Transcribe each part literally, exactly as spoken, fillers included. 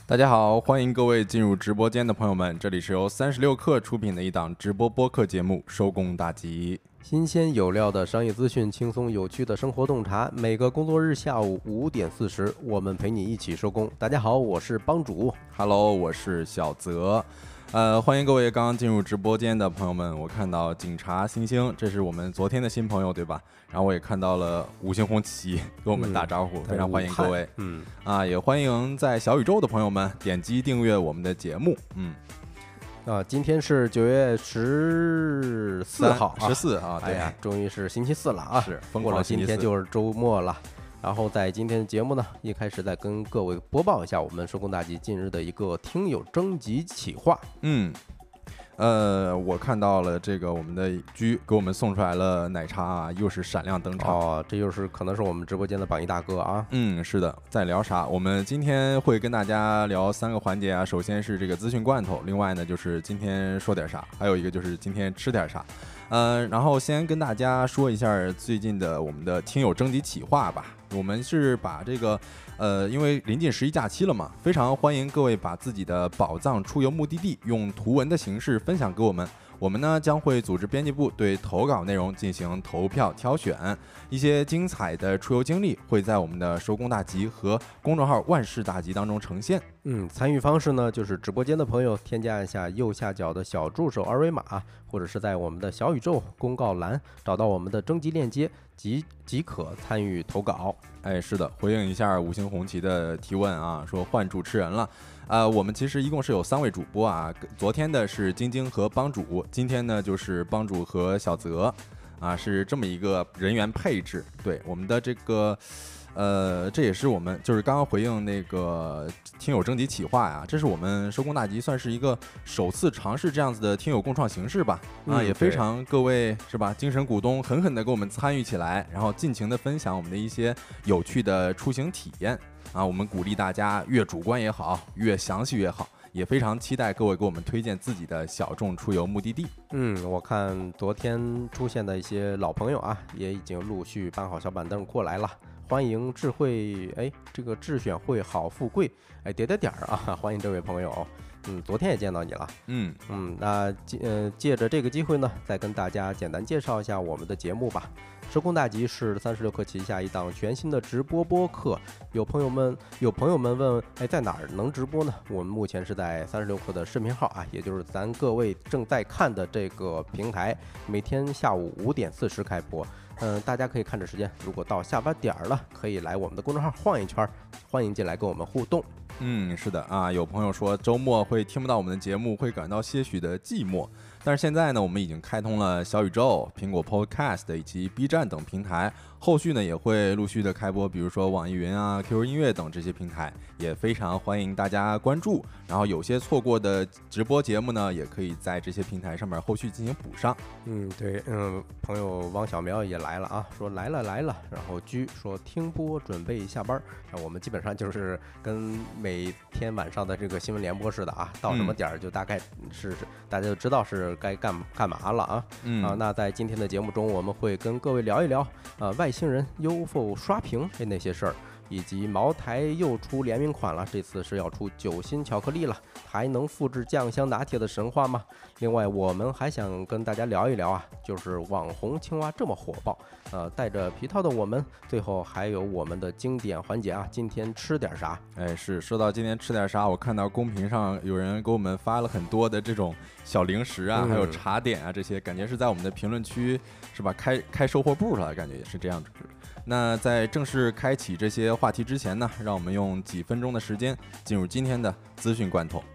大家好，欢迎各位进入直播间的朋友们，这里是由三十六氪出品的一档直播播客节目《收工大吉》， 新鲜有料的商业资讯，轻松有趣的生活洞察，每个工作日下午五点四十，我们陪你一起收工。大家好，我是帮主 ，Hello， 我是小泽。呃，欢迎各位刚刚进入直播间的朋友们。我看到警察星星，这是我们昨天的新朋友，对吧？然后我也看到了五星红旗跟我们打招呼，嗯、非常欢迎各位。嗯，啊，也欢迎在小宇宙的朋友们点击订阅我们的节目。嗯， 啊，今天是九月十四号， 十四啊，对哎呀，终于是星期四了啊！ 是， 过了今天就是周末了。然后在今天的节目呢，一开始再跟各位播报一下我们收工大吉近日的一个听友征集企划。 嗯，呃，我看到了这个我们的居给我们送出来了奶茶啊，又是闪亮登场哦，这又是可能是我们直播间的榜一大哥啊。 嗯，是的，在聊啥？我们今天会跟大家聊三个环节啊，首先是这个资讯罐头，另外呢就是今天说点啥，还有一个就是今天吃点啥。呃，然后先跟大家说一下最近的我们的听友征集企划吧。我们是把这个，呃，因为临近十一假期了嘛，非常欢迎各位把自己的宝藏出游目的地用图文的形式分享给我们。我们呢将会组织编辑部对投稿内容进行投票挑选，一些精彩的出游经历会在我们的收工大吉和公众号万事大吉当中呈现。 嗯，参与方式呢就是直播间的朋友添加一下右下角的小助手二维码，或者是在我们的小宇宙公告栏找到我们的征集链接即即可参与投稿。 哎，是的，回应一下五星红旗的提问啊，说换主持人了。呃，我们其实一共是有三位主播啊，昨天的是晶晶和帮主，今天呢就是帮主和小泽，啊，是这么一个人员配置。对，我们的这个，呃，这也是我们就是刚刚回应那个听友征集企划呀，这是我们收工大吉算是一个首次尝试这样子的听友共创形式吧。啊， 嗯、 也非常各位是吧，精神股东狠狠的给我们参与起来，然后尽情的分享我们的一些有趣的出行体验。啊，我们鼓励大家越主观也好，越详细越好，也非常期待各位给我们推荐自己的小众出游目的地。 嗯，我看昨天出现的一些老朋友啊，也已经陆续搬好小板凳过来了。欢迎智慧，哎，这个智选会好富贵，哎，点点点儿啊，欢迎这位朋友。嗯，昨天也见到你了。 嗯嗯，那呃借着这个机会呢，再跟大家简单介绍一下我们的节目吧。收工大吉是三十六氪旗下一档全新的直播播客。有朋友们有朋友们问，哎，在哪儿能直播呢？我们目前是在三十六氪的视频号啊，也就是咱各位正在看的这个平台，每天下午五点四十开播。嗯、呃，大家可以看着时间，如果到下班点儿了，可以来我们的公众号晃一圈，欢迎进来跟我们互动。 嗯，是的啊，有朋友说周末会听不到我们的节目，会感到些许的寂寞。但是现在呢，我们已经开通了小宇宙、苹果 Podcast 以及 B 站等平台，后续呢也会陆续的开播，比如说网易云啊、Q Q 音乐等这些平台，也非常欢迎大家关注。然后有些错过的直播节目呢，也可以在这些平台上面后续进行补上。 嗯，对，嗯，朋友汪小苗也来了啊，说来了来了。然后居说听播准备下班，那我们基本上就是跟每天晚上的这个新闻联播似的啊，到什么点儿就大概是、嗯、大家就知道是该干干嘛了啊。 嗯啊，那在今天的节目中，我们会跟各位聊一聊啊，外星人 U F O 刷屏这那些事儿。以及茅台又出联名款了，这次是要出酒心巧克力了，还能复制酱香拿铁的神话吗？另外，我们还想跟大家聊一聊啊，就是网红青蛙这么火爆，呃，带着皮套的我们，最后还有我们的经典环节啊，今天吃点啥？ 哎，是说到今天吃点啥，我看到公屏上有人给我们发了很多的这种小零食啊， 嗯、 还有茶点啊，这些感觉是在我们的评论区是吧？开开售货部了，感觉也是这样子。那在正式开启这些话题之前呢，让我们用几分钟的时间进入今天的资讯罐头。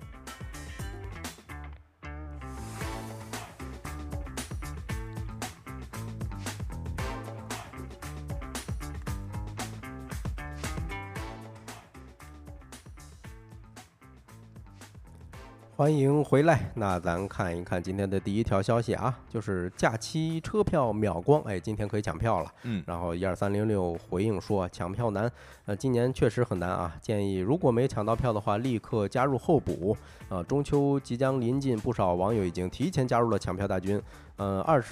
欢迎回来，那咱看一看今天的第一条消息啊，就是假期车票秒光，哎，今天可以抢票了。 嗯， 然后一二三零六回应说抢票难，呃，今年确实很难啊，建议如果没抢到票的话，立刻加入候补。呃，中秋即将临近，不少网友已经提前加入了抢票大军。呃，二十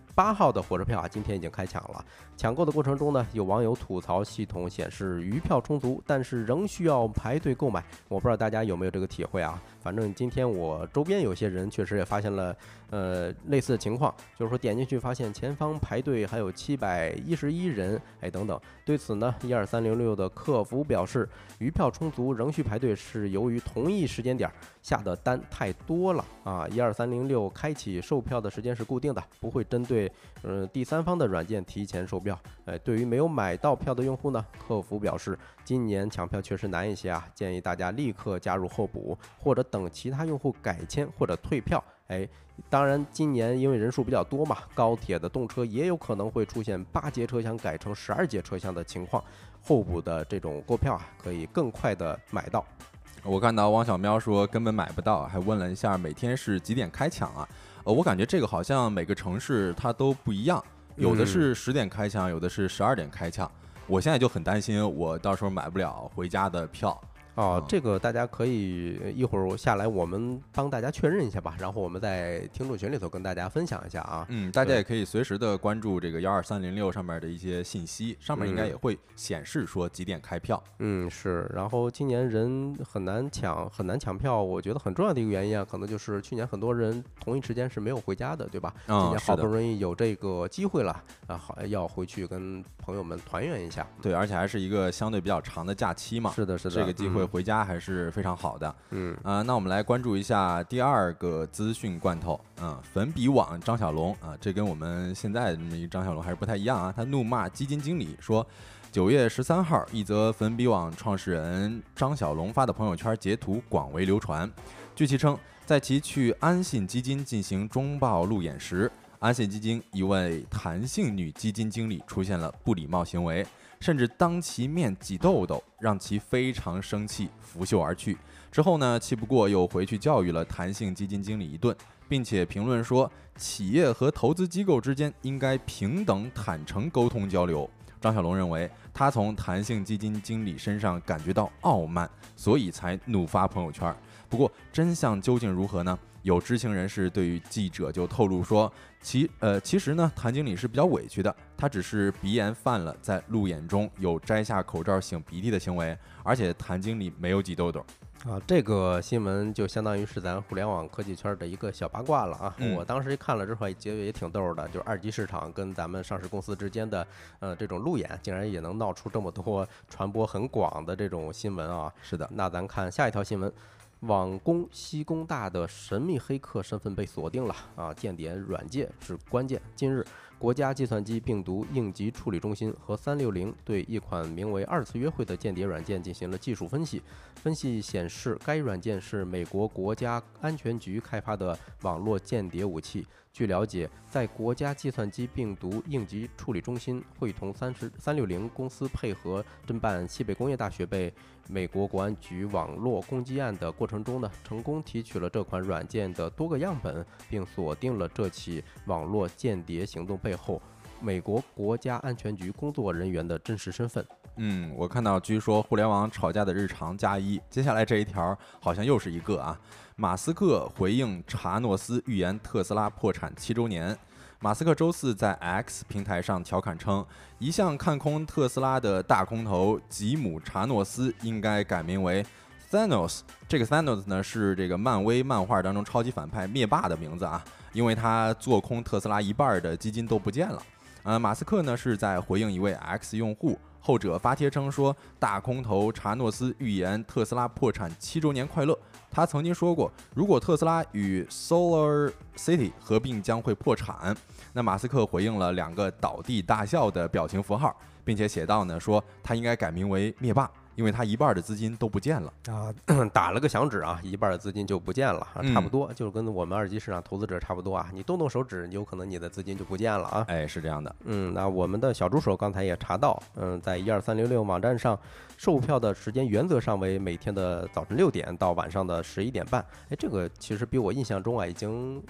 八号的火车票啊，今天已经开抢了。抢购的过程中呢，有网友吐槽系统显示余票充足，但是仍需要排队购买。我不知道大家有没有这个体会啊？反正今天我周边有些人确实也发现了，呃，类似的情况，就是说点进去发现前方排队还有七百一十一人，哎，等等。对此呢，一二三零六的客服表示，余票充足仍需排队是由于同一时间点下的单太多了啊。一二三零六开启售票的时间是固定的，不会针对呃第三方的软件提前售票。哎，对于没有买到票的用户呢，客服表示，今年抢票确实难一些啊，建议大家立刻加入候补，或者等其他用户改签或者退票。哎，当然今年因为人数比较多嘛，高铁的动车也有可能会出现八节车厢改成十二节车厢的情况，候补的这种购票啊，可以更快的买到。 我看到汪小喵说根本买不到，还问了一下每天是几点开抢啊？呃，我感觉这个好像每个城市它都不一样，有的是十点开抢，有的是十二点开抢。我现在就很担心，我到时候买不了回家的票。 哦，这个大家可以一会儿下来，我们帮大家确认一下吧，然后我们在听众群里头跟大家分享一下啊。 嗯，大家也可以随时的关注这个幺二三零六上面的一些信息，上面应该也会显示说几点开票。 嗯，是。然后今年人很难抢，很难抢票，我觉得很重要的一个原因啊，可能就是去年很多人同一时间是没有回家的，对吧？ 嗯， 今年好不容易有这个机会了啊，好要回去跟朋友们团圆一下。 对，而且还是一个相对比较长的假期嘛。 是的，是的， 这个机会回家还是非常好的。 嗯啊、呃，那我们来关注一下第二个资讯罐头。嗯，粉笔网张小龙啊，这跟我们现在这么一个张小龙还是不太一样啊。他怒骂基金经理说，九月十三号，一则粉笔网创始人张小龙发的朋友圈截图广为流传。据其称，在其去安信基金进行中报路演时，安信基金一位谭姓女基金经理出现了不礼貌行为，甚至当其面挤痘痘，让其非常生气，拂袖而去。之后呢，气不过又回去教育了谭姓基金经理一顿，并且评论说，企业和投资机构之间应该平等坦诚沟通交流。张小龙认为，他从谭姓基金经理身上感觉到傲慢，所以才怒发朋友圈。不过，真相究竟如何呢？有知情人士对于记者就透露说，其呃其实呢，谭经理是比较委屈的，他只是鼻炎犯了，在路演中有摘下口罩擤鼻涕的行为，而且谭经理没有挤痘痘。 啊，这个新闻就相当于是咱互联网科技圈的一个小八卦了啊！ 嗯、 我当时看了之后，觉得也挺逗的，就是二级市场跟咱们上市公司之间的呃这种路演，竟然也能闹出这么多传播很广的这种新闻啊！ 是的， 那咱看下一条新闻。网攻西工大的神秘黑客身份被锁定了啊！间谍软件是关键。近日，国家计算机病毒应急处理中心和三六零对一款名为“二次约会”的间谍软件进行了技术分析。分析显示，该软件是美国国家安全局开发的网络间谍武器。据了解，在国家计算机病毒应急处理中心会同三十三六零公司配合侦办西北工业大学被美国国安局网络攻击案的过程中呢，成功提取了这款软件的多个样本，并锁定了这起网络间谍行动背后美国国家安全局工作人员的真实身份。 嗯，我看到据说互联网吵架的日常加一，接下来这一条好像又是一个啊。马斯克回应查诺斯预言特斯拉破产七周年。马斯克周四在 X 平台上调侃称，一向看空特斯拉的大空头吉姆·查诺斯应该改名为 Thanos。这个 Thanos 呢是这个漫威漫画当中超级反派灭霸的名字啊，因为他做空特斯拉一半的基金都不见了。呃，马斯克呢是在回应一位 X 用户，后者发帖称说，大空头查诺斯预言特斯拉破产七周年快乐。他曾经说过，如果特斯拉与 Solar City 合并将会破产。那马斯克回应了两个倒地大笑的表情符号，并且写道呢说他应该改名为灭霸，因为他一半的资金都不见了啊，打了个响指啊，一半的资金就不见了啊，差不多、嗯、就跟我们二级市场投资者差不多啊，你动动手指，有可能你的资金就不见了啊。 哎，是这样的。 嗯，那我们的小助手刚才也查到，嗯，在一二三零六网站上，售票的时间原则上为每天的早晨六点到晚上的十一点半。哎，这个其实比我印象中啊已经呃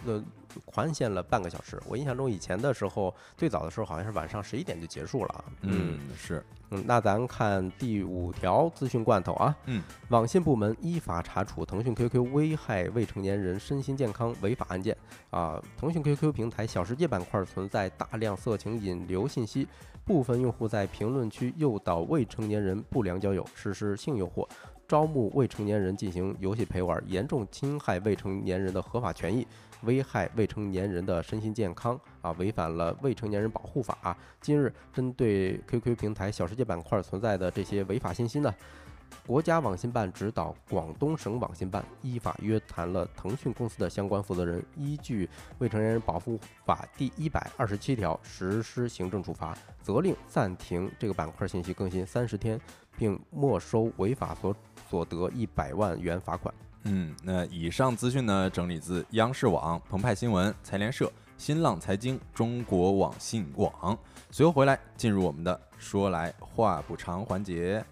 宽限了半个小时。我印象中以前的时候，最早的时候好像是晚上十一点就结束了。 嗯，是。 嗯，那咱看第五条资讯罐头啊。 嗯， 网信部门依法查处腾讯 Q Q 危害未成年人身心健康违法案件啊。腾讯 Q Q 平台小世界板块存在大量色情引流信息，部分用户在评论区诱导未成年人不良交友，实施性诱惑，招募未成年人进行游戏陪玩，严重侵害未成年人的合法权益，危害未成年人的身心健康啊，违反了未成年人保护法啊。近日，针对 Q Q 平台小世界板块存在的这些违法信息呢，国家网信办指导广东省网信办依法约谈了腾讯公司的相关负责人，依据未成年人保护法第一百二十七条实施行政处罚，责令暂停这个板块信息更新三十天，并没收违法所所得一百万元罚款。 嗯，那以上资讯呢，整理自央视网、澎湃新闻、财联社、新浪财经、中国网信网。随后回来进入我们的说来话不长环节。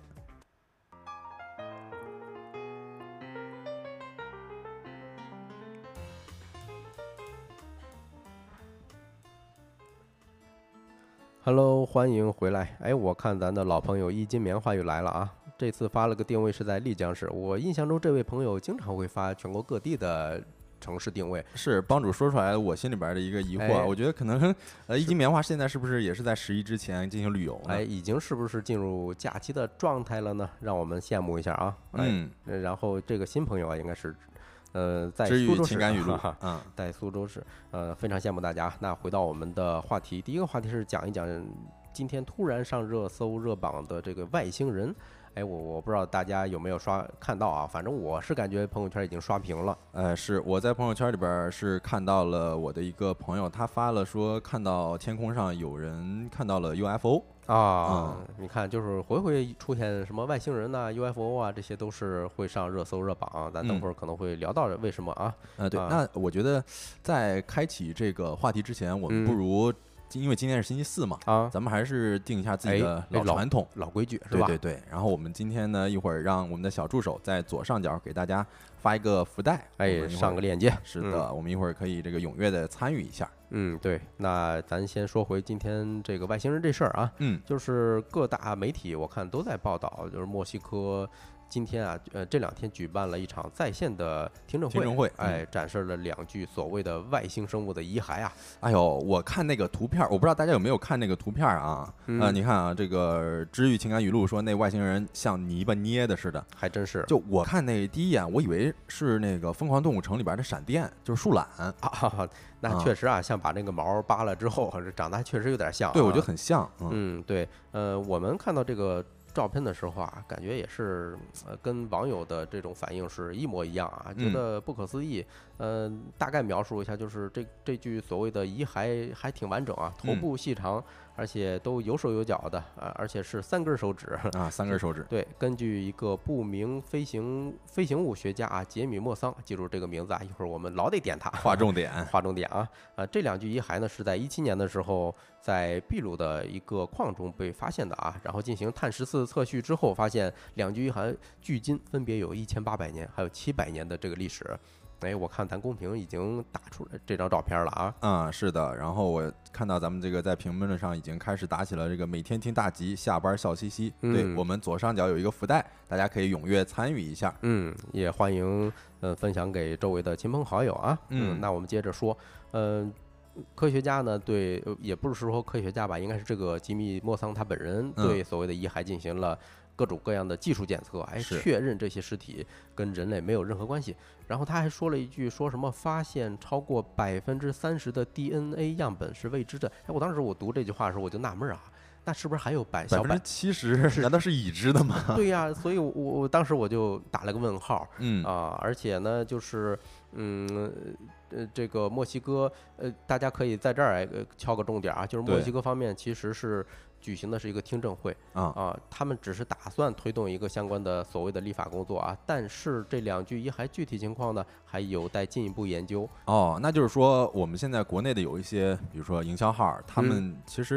Hello， 欢迎回来。哎，我看咱的老朋友一斤棉花又来了啊！这次发了个定位是在丽江市。我印象中这位朋友经常会发全国各地的城市定位。 是帮主说出来我心里边的一个疑惑， 哎、 我觉得可能呃一斤棉花现在是不是也是在十一之前进行旅游呢？ 哎，已经是不是进入假期的状态了呢？让我们羡慕一下啊！ 嗯， 哎、然后这个新朋友啊，应该是。呃，在苏州市， 情感语录，嗯， 在苏州市，呃，非常羡慕大家。那回到我们的话题，第一个话题是讲一讲今天突然上热搜热榜的这个外星人。哎，我我不知道大家有没有刷看到啊？反正我是感觉朋友圈已经刷屏了。 呃，是我在朋友圈里边是看到了我的一个朋友，他发了说看到天空上有人看到了 U F O。 啊、嗯，你看，就是回回出现什么外星人呐、啊、U F O 啊，这些都是会上热搜热榜。咱等会儿可能会聊到为什么啊？ 嗯、呃，对，啊、那我觉得在开启这个话题之前，我们不如、嗯。因为今天是星期四嘛，啊，咱们还是定一下自己的老传统、 哎、老, 老规矩，是吧？ 对对对。然后我们今天呢，一会儿让我们的小助手在左上角给大家发一个福袋， 哎，上个链接。 是的、嗯，我们一会儿可以这个踊跃的参与一下。 嗯，对。那咱先说回今天这个外星人这事儿啊， 嗯， 就是各大媒体我看都在报道，就是墨西哥。今天啊，呃，这两天举办了一场在线的听证会， 听证会， 哎，展示了两具所谓的外星生物的遗骸啊。 哎呦，我看那个图片，我不知道大家有没有看那个图片啊？ 嗯、 呃，你看啊，这个知遇情感语录说那外星人像泥巴捏的似的， 还真是。 就我看那第一眼，我以为是那个《疯狂动物城》里边的闪电，就是树懒啊。那确实啊，像把那个毛扒了之后，长得还确实有点像、啊。 对，我觉得很像。 嗯，嗯对，呃，我们看到这个照片的时候啊，感觉也是呃跟网友的这种反应是一模一样啊，觉得不可思议。嗯、呃，大概描述一下，就是这这具所谓的遗骸还挺完整啊，头部细长，嗯、而且都有手有脚的啊，而且是三根手指啊，三根手指。 对，根据一个不明飞行飞行物学家啊杰米莫桑，记住这个名字啊，一会儿我们老得点他， 划重点， 划重点啊。呃，这两具遗骸呢是在一七年的时候在秘鲁的一个矿中被发现的啊，然后进行碳十四测序之后，发现两具遗骸距今分别有一千八百年，还有七百年的这个历史。哎，我看咱公屏已经打出来这张照片了啊！ 嗯，是的。然后我看到咱们这个在评论上已经开始打起了这个每天听大集，下班笑嘻嘻。 嗯、 对，我们左上角有一个福袋，大家可以踊跃参与一下。 嗯，也欢迎呃分享给周围的亲朋好友啊。 嗯， 嗯那我们接着说，嗯、呃。科学家呢，对，也不是说科学家吧，应该是这个吉米莫桑他本人对所谓的遗骸进行了各种各样的技术检测，哎，确认这些尸体跟人类没有任何关系。然后他还说了一句，说什么发现超过百分之三十的 D N A 样本是未知的。哎，我当时我读这句话的时候，我就纳闷啊，那是不是还有百百分之七十？难道是已知的吗？ 对呀、啊，所以我我当时我就打了个问号。 嗯啊，而且呢，就是嗯。呃，这个墨西哥，呃，大家可以在这儿哎敲个重点啊，就是墨西哥方面其实是举行的是一个听证会啊啊，他们只是打算推动一个相关的所谓的立法工作啊，但是这两具遗骸具体情况呢，还有待进一步研究。 哦，那就是说我们现在国内的有一些，比如说营销号，他们、嗯、其实他们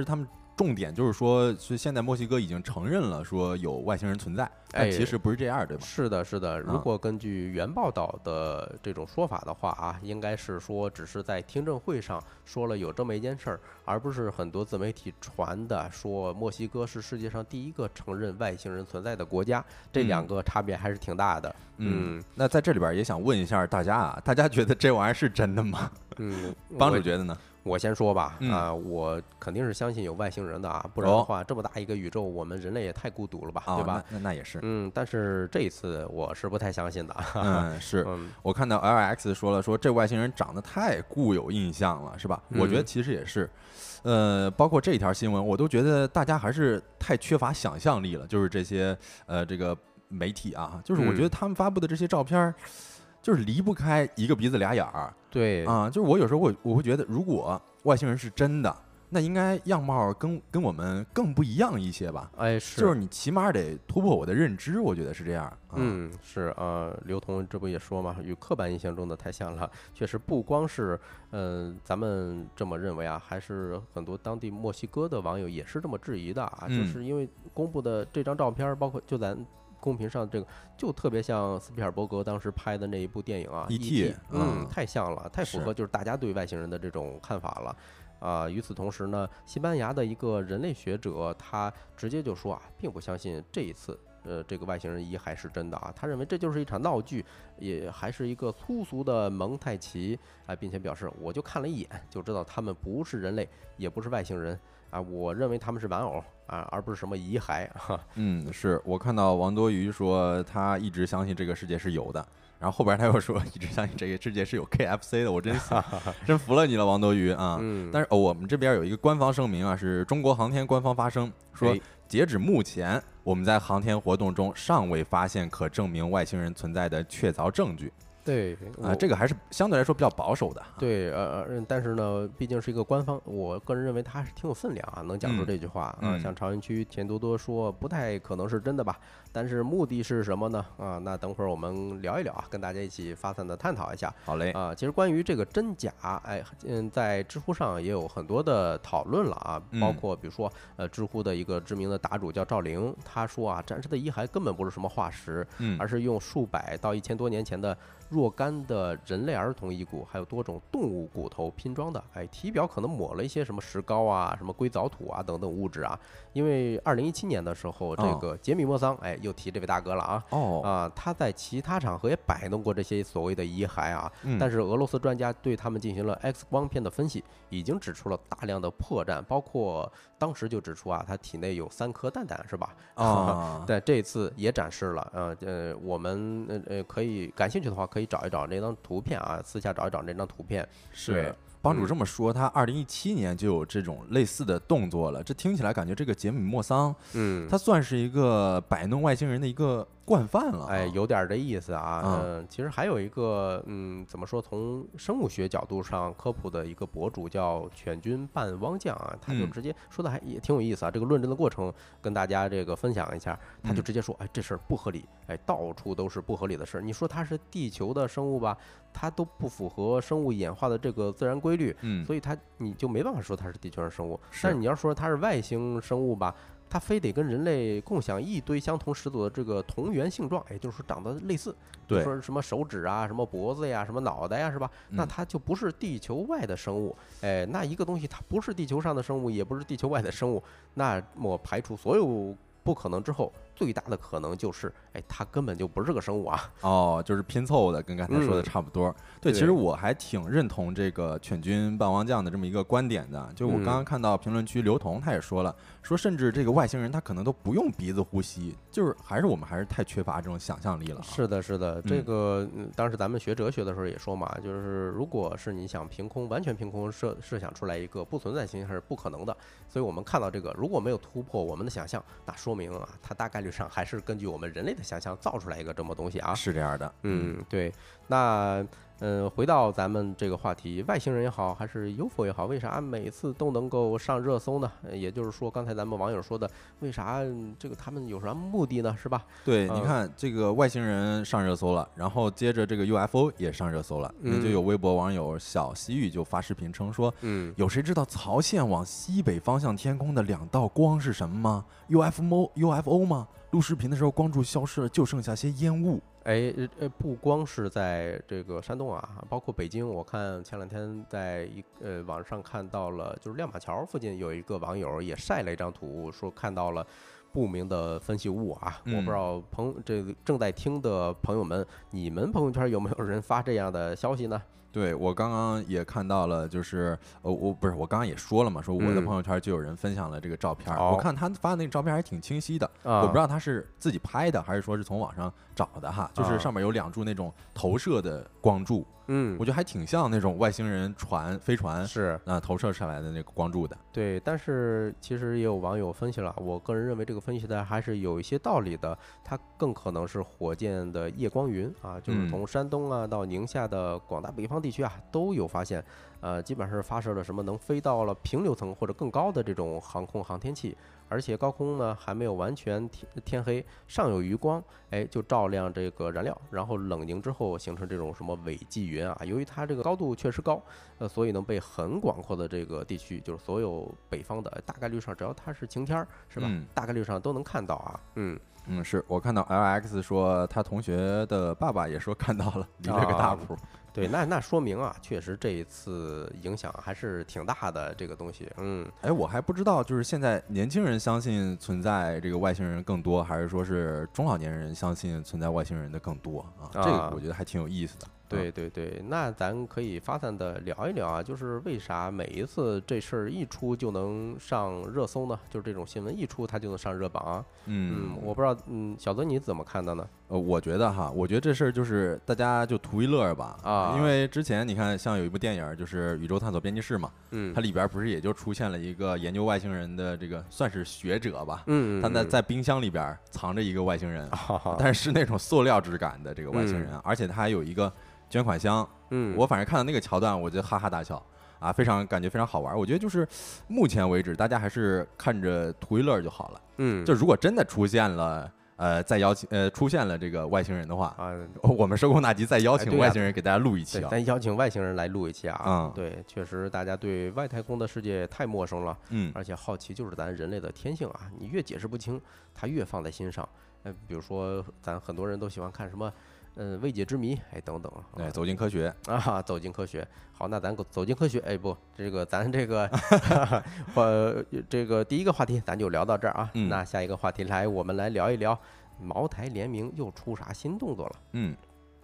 重点就是说，是现在墨西哥已经承认了说有外星人存在，但其实不是这样，对吧？ 是的，是的。如果根据原报道的这种说法的话啊，应该是说只是在听证会上说了有这么一件事儿，而不是很多自媒体传的说墨西哥是世界上第一个承认外星人存在的国家，这两个差别还是挺大的。 嗯，那在这里边也想问一下大家啊，大家觉得这玩意儿是真的吗？ 嗯， 帮主觉得呢？ 我先说吧， 嗯、 啊，我肯定是相信有外星人的啊，不然的话，哦、这么大一个宇宙，我们人类也太孤独了吧， 哦、 对吧？ 那那也是， 嗯，但是这一次我是不太相信的。 嗯，是、嗯、我看到 L X 说了，说这外星人长得太固有印象了，是吧？ 嗯、 我觉得其实也是，呃，包括这条新闻，我都觉得大家还是太缺乏想象力了，就是这些呃这个媒体啊，就是我觉得他们发布的这些照片。嗯就是离不开一个鼻子俩眼儿， 对啊，就是我有时候我我会觉得，如果外星人是真的，那应该样貌跟跟我们更不一样一些吧？ 哎，是， 就是你起码得突破我的认知，我觉得是这样。啊、 嗯，是呃，刘同这不也说嘛，与刻板印象中的太像了。确实不光是嗯、呃、咱们这么认为啊，还是很多当地墨西哥的网友也是这么质疑的啊， 嗯、 就是因为公布的这张照片，包括就咱。公屏上这个就特别像斯皮尔伯格当时拍的那一部电影啊 ，E T， 嗯，太像了，太符合就是大家对外星人的这种看法了。啊、呃，与此同时呢，西班牙的一个人类学者他直接就说啊，并不相信这一次呃这个外星人遗骸是真的啊，他认为这就是一场闹剧，也还是一个粗俗的蒙太奇啊，并且表示我就看了一眼就知道他们不是人类，也不是外星人。啊，我认为他们是玩偶啊，而不是什么遗骸。哈， 嗯，是我看到王多鱼说他一直相信这个世界是有的，然后后边他又说一直相信这个世界是有 K F C 的，我真真服了你了，王多鱼啊。 嗯， 但是、哦、我们这边有一个官方声明啊，是中国航天官方发声说，截止目前我们在航天活动中尚未发现可证明外星人存在的确凿证据。 对啊，这个还是相对来说比较保守的。 对，呃，但是呢，毕竟是一个官方，我个人认为它还是挺有分量啊，能讲出这句话啊。 嗯、 像朝阳区钱多多说不太可能是真的吧，但是目的是什么呢？啊，那等会儿我们聊一聊啊，跟大家一起发散的探讨一下。 好嘞。 啊，其实关于这个真假，哎，嗯，在知乎上也有很多的讨论了啊，包括比如说，呃，知乎的一个知名的答主叫赵玲，他说啊，展示的遗骸根本不是什么化石， 嗯， 而是用数百到一千多年前的若干的人类儿童遗骨，还有多种动物骨头拼装的。哎，体表可能抹了一些什么石膏啊、什么硅藻土啊等等物质啊。因为二零一七年的时候，这个杰米莫桑，哎，又提这位大哥了啊。 哦啊，他在其他场合也摆弄过这些所谓的遗骸啊。嗯、但是俄罗斯专家对他们进行了 X 光片的分析，已经指出了大量的破绽，包括当时就指出啊，他体内有三颗蛋蛋，是吧？ 啊， 对，这次也展示了。呃呃，我们呃呃可以感兴趣的话，可以找一找那张图片啊，私下找一找那张图片。 是。帮主这么说，他二零一七年就有这种类似的动作了，这听起来感觉这个杰米莫桑， 嗯， 他算是一个摆弄外星人的一个惯犯了。 哎，有点这意思啊。嗯、呃，其实还有一个，嗯，怎么说？从生物学角度上科普的一个博主叫犬军半汪酱啊，他就直接说的还也挺有意思啊。这个论证的过程跟大家这个分享一下，他就直接说，哎，这事儿不合理，哎，到处都是不合理的事儿。你说它是地球的生物吧，它都不符合生物演化的这个自然规律， 嗯， 所以它你就没办法说它是地球上生物。但是你要说它是外星生物吧，它非得跟人类共享一堆相同始祖的这个同源性状，也就是说长得类似，比如说什么手指啊、什么脖子呀、什么脑袋呀，是吧？那它就不是地球外的生物。哎，那一个东西它不是地球上的生物，也不是地球外的生物，那么排除所有不可能之后，最大的可能就是，哎，它根本就不是个生物啊！ 哦，就是拼凑的，跟刚才说的差不多。嗯、对，其实我还挺认同这个犬军半王将的这么一个观点的。就我刚刚看到评论区刘同他也说了，说甚至这个外星人他可能都不用鼻子呼吸，就是还是我们还是太缺乏这种想象力了。 是的，是的，这个、嗯、当时咱们学哲学的时候也说嘛，就是如果是你想凭空完全凭空设设想出来一个不存在形象是不可能的。所以我们看到这个如果没有突破我们的想象，那说明啊，它大概率上还是根据我们人类的想象造出来一个这么东西啊。 是这样的， 嗯，对。那嗯，回到咱们这个话题，外星人也好，还是 U F O 也好，为啥每次都能够上热搜呢？呃也就是说，刚才咱们网友说的，为啥这个他们有啥目的呢？是吧？ 对， 嗯你看这个外星人上热搜了，然后接着这个 U F O 也上热搜了， 嗯也就有微博网友小西域就发视频称说， 嗯， 有谁知道曹县往西北方向天空的两道光是什么吗？U F O U F O 吗？录视频的时候光柱消失了，就剩下些烟雾。 哎，呃呃，不光是在这个山东啊，包括北京，我看前两天在一呃网上看到了，就是亮马桥附近有一个网友也晒了一张图，说看到了不明的分析物啊。 嗯我不知道朋这个正在听的朋友们，你们朋友圈有没有人发这样的消息呢？ 对，我刚刚也看到了，就是呃，我不是我刚刚也说了嘛，说我的嗯朋友圈就有人分享了这个照片儿， 哦我看他发的那个照片还挺清晰的， 啊， 我不知道他是自己拍的还是说是从网上找的哈，就是啊上面有两柱那种投射的光柱， 嗯我，觉得还挺像那种外星人船飞船是啊、投射上来的那个光柱的。 对，但是其实也有网友分析了，我个人认为这个分析的还是有一些道理的，它更可能是火箭的夜光云啊，就是嗯从山东啊到宁夏的广大北方地区啊都有发现，呃，基本上是发射了什么能飞到了平流层或者更高的这种航空航天器，而且高空呢还没有完全天天黑，尚有余光，哎，就照亮这个燃料，然后冷凝之后形成这种什么尾际云啊，由于它这个高度确实高，呃，所以能被很广阔的这个地区，就是所有北方的大概率上，只要它是晴天儿，是吧？ 嗯大概率上都能看到啊。嗯， 嗯，是我看到 L X 说他同学的爸爸也说看到了，离这个大谱。 对，那那说明啊，确实这一次影响还是挺大的这个东西。嗯， 哎，我还不知道，就是现在年轻人相信存在这个外星人更多，还是说是中老年人相信存在外星人的更多啊？这个我觉得还挺有意思的。 对对对，那咱可以发散的聊一聊啊，就是为啥每一次这事儿一出就能上热搜呢？就是这种新闻一出，它就能上热榜啊。 嗯嗯，我不知道，嗯，小泽你怎么看的呢？ 呃，我觉得哈，我觉得这事儿就是大家就图一乐儿吧啊因为之前你看，像有一部电影儿就是《宇宙探索编辑室》嘛， 嗯， 它里边儿不是也就出现了一个研究外星人的这个算是学者吧， 嗯， 他在在冰箱里边儿藏着一个外星人， 啊， 但是是那种塑料质感的这个外星人，而且他还有一个捐款箱。 嗯， 我反正看到那个桥段，我就哈哈大笑啊，非常感觉非常好玩。我觉得就是目前为止，大家还是看着图一乐儿就好了。 嗯， 就如果真的出现了，呃，再邀请呃出现了这个外星人的话， 啊， 我们收工那集再邀哎对呀请外星人给大家录一期对， 啊。 咱邀请外星人来录一期啊。 嗯对，确实大家对外太空的世界太陌生了， 嗯而且好奇就是咱人类的天性啊，你越解释不清，它越放在心上。呃，比如说咱很多人都喜欢看什么。嗯，未解之谜，哎，等等， 对，走进科学。 啊，走进科学。好，那咱走走进科学，哎，不，这个咱这个，呃，这个第一个话题咱就聊到这儿啊。 嗯那下一个话题来，我们来聊一聊茅台联名又出啥新动作了？ 嗯。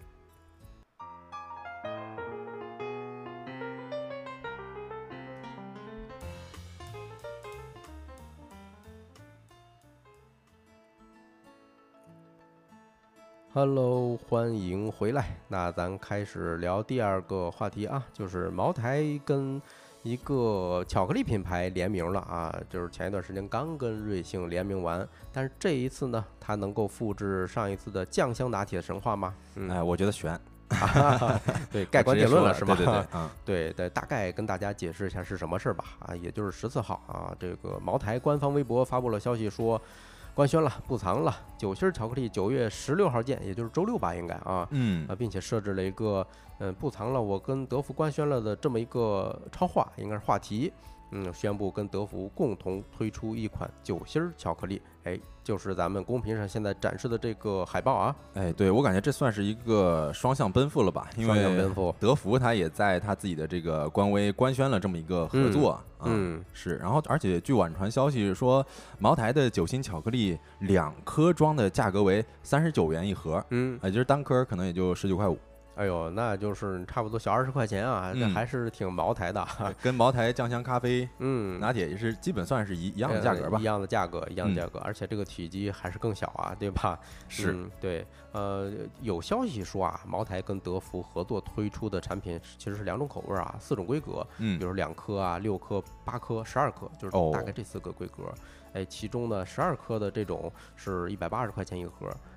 Hello，欢迎回来。那咱开始聊第二个话题啊，就是茅台跟一个巧克力品牌联名了啊，就是前一段时间刚跟瑞幸联名完，但是这一次呢，它能够复制上一次的酱香拿铁神话吗？嗯， 哎，我觉得悬。 对，盖棺定论了是吗？ 对对对，嗯， 对对，大概跟大家解释一下是什么事儿吧。啊，也就是十四号啊，这个茅台官方微博发布了消息说。官宣了，不藏了，酒心巧克力九月十六号见，也就是周六吧，应该啊， 嗯啊，并且设置了一个，嗯，不藏了，我跟德芙官宣了的这么一个超话，应该是话题，嗯，宣布跟德芙共同推出一款酒心巧克力，哎，就是咱们公屏上现在展示的这个海报啊， 哎，对我感觉这算是一个双向奔赴了吧？因双向为奔赴德芙他也在他自己的这个官微官宣了这么一个合作，啊嗯， 是，然后而且据网传消息说，茅台的酒心巧克力两颗装的价格为三十九元一盒， 嗯， 也就是单颗可能也就十九块五。 哎呦，那就是差不多小二十块钱啊，这嗯还是挺茅台的， 跟茅台酱香咖啡、 嗯， 拿铁也是基本算是一一样的价格吧呃一？样的价格，一样的嗯价格，而且这个体积还是更小啊，对吧？ 是， 嗯，对，呃，有消息说啊，茅台跟德芙合作推出的产品其实是两种口味啊，四种规格， 嗯比如两颗啊、六颗、八颗、十二颗，就是哦大概这四个规格。哎，其中呢，十二颗的这种是一百八十块钱一盒，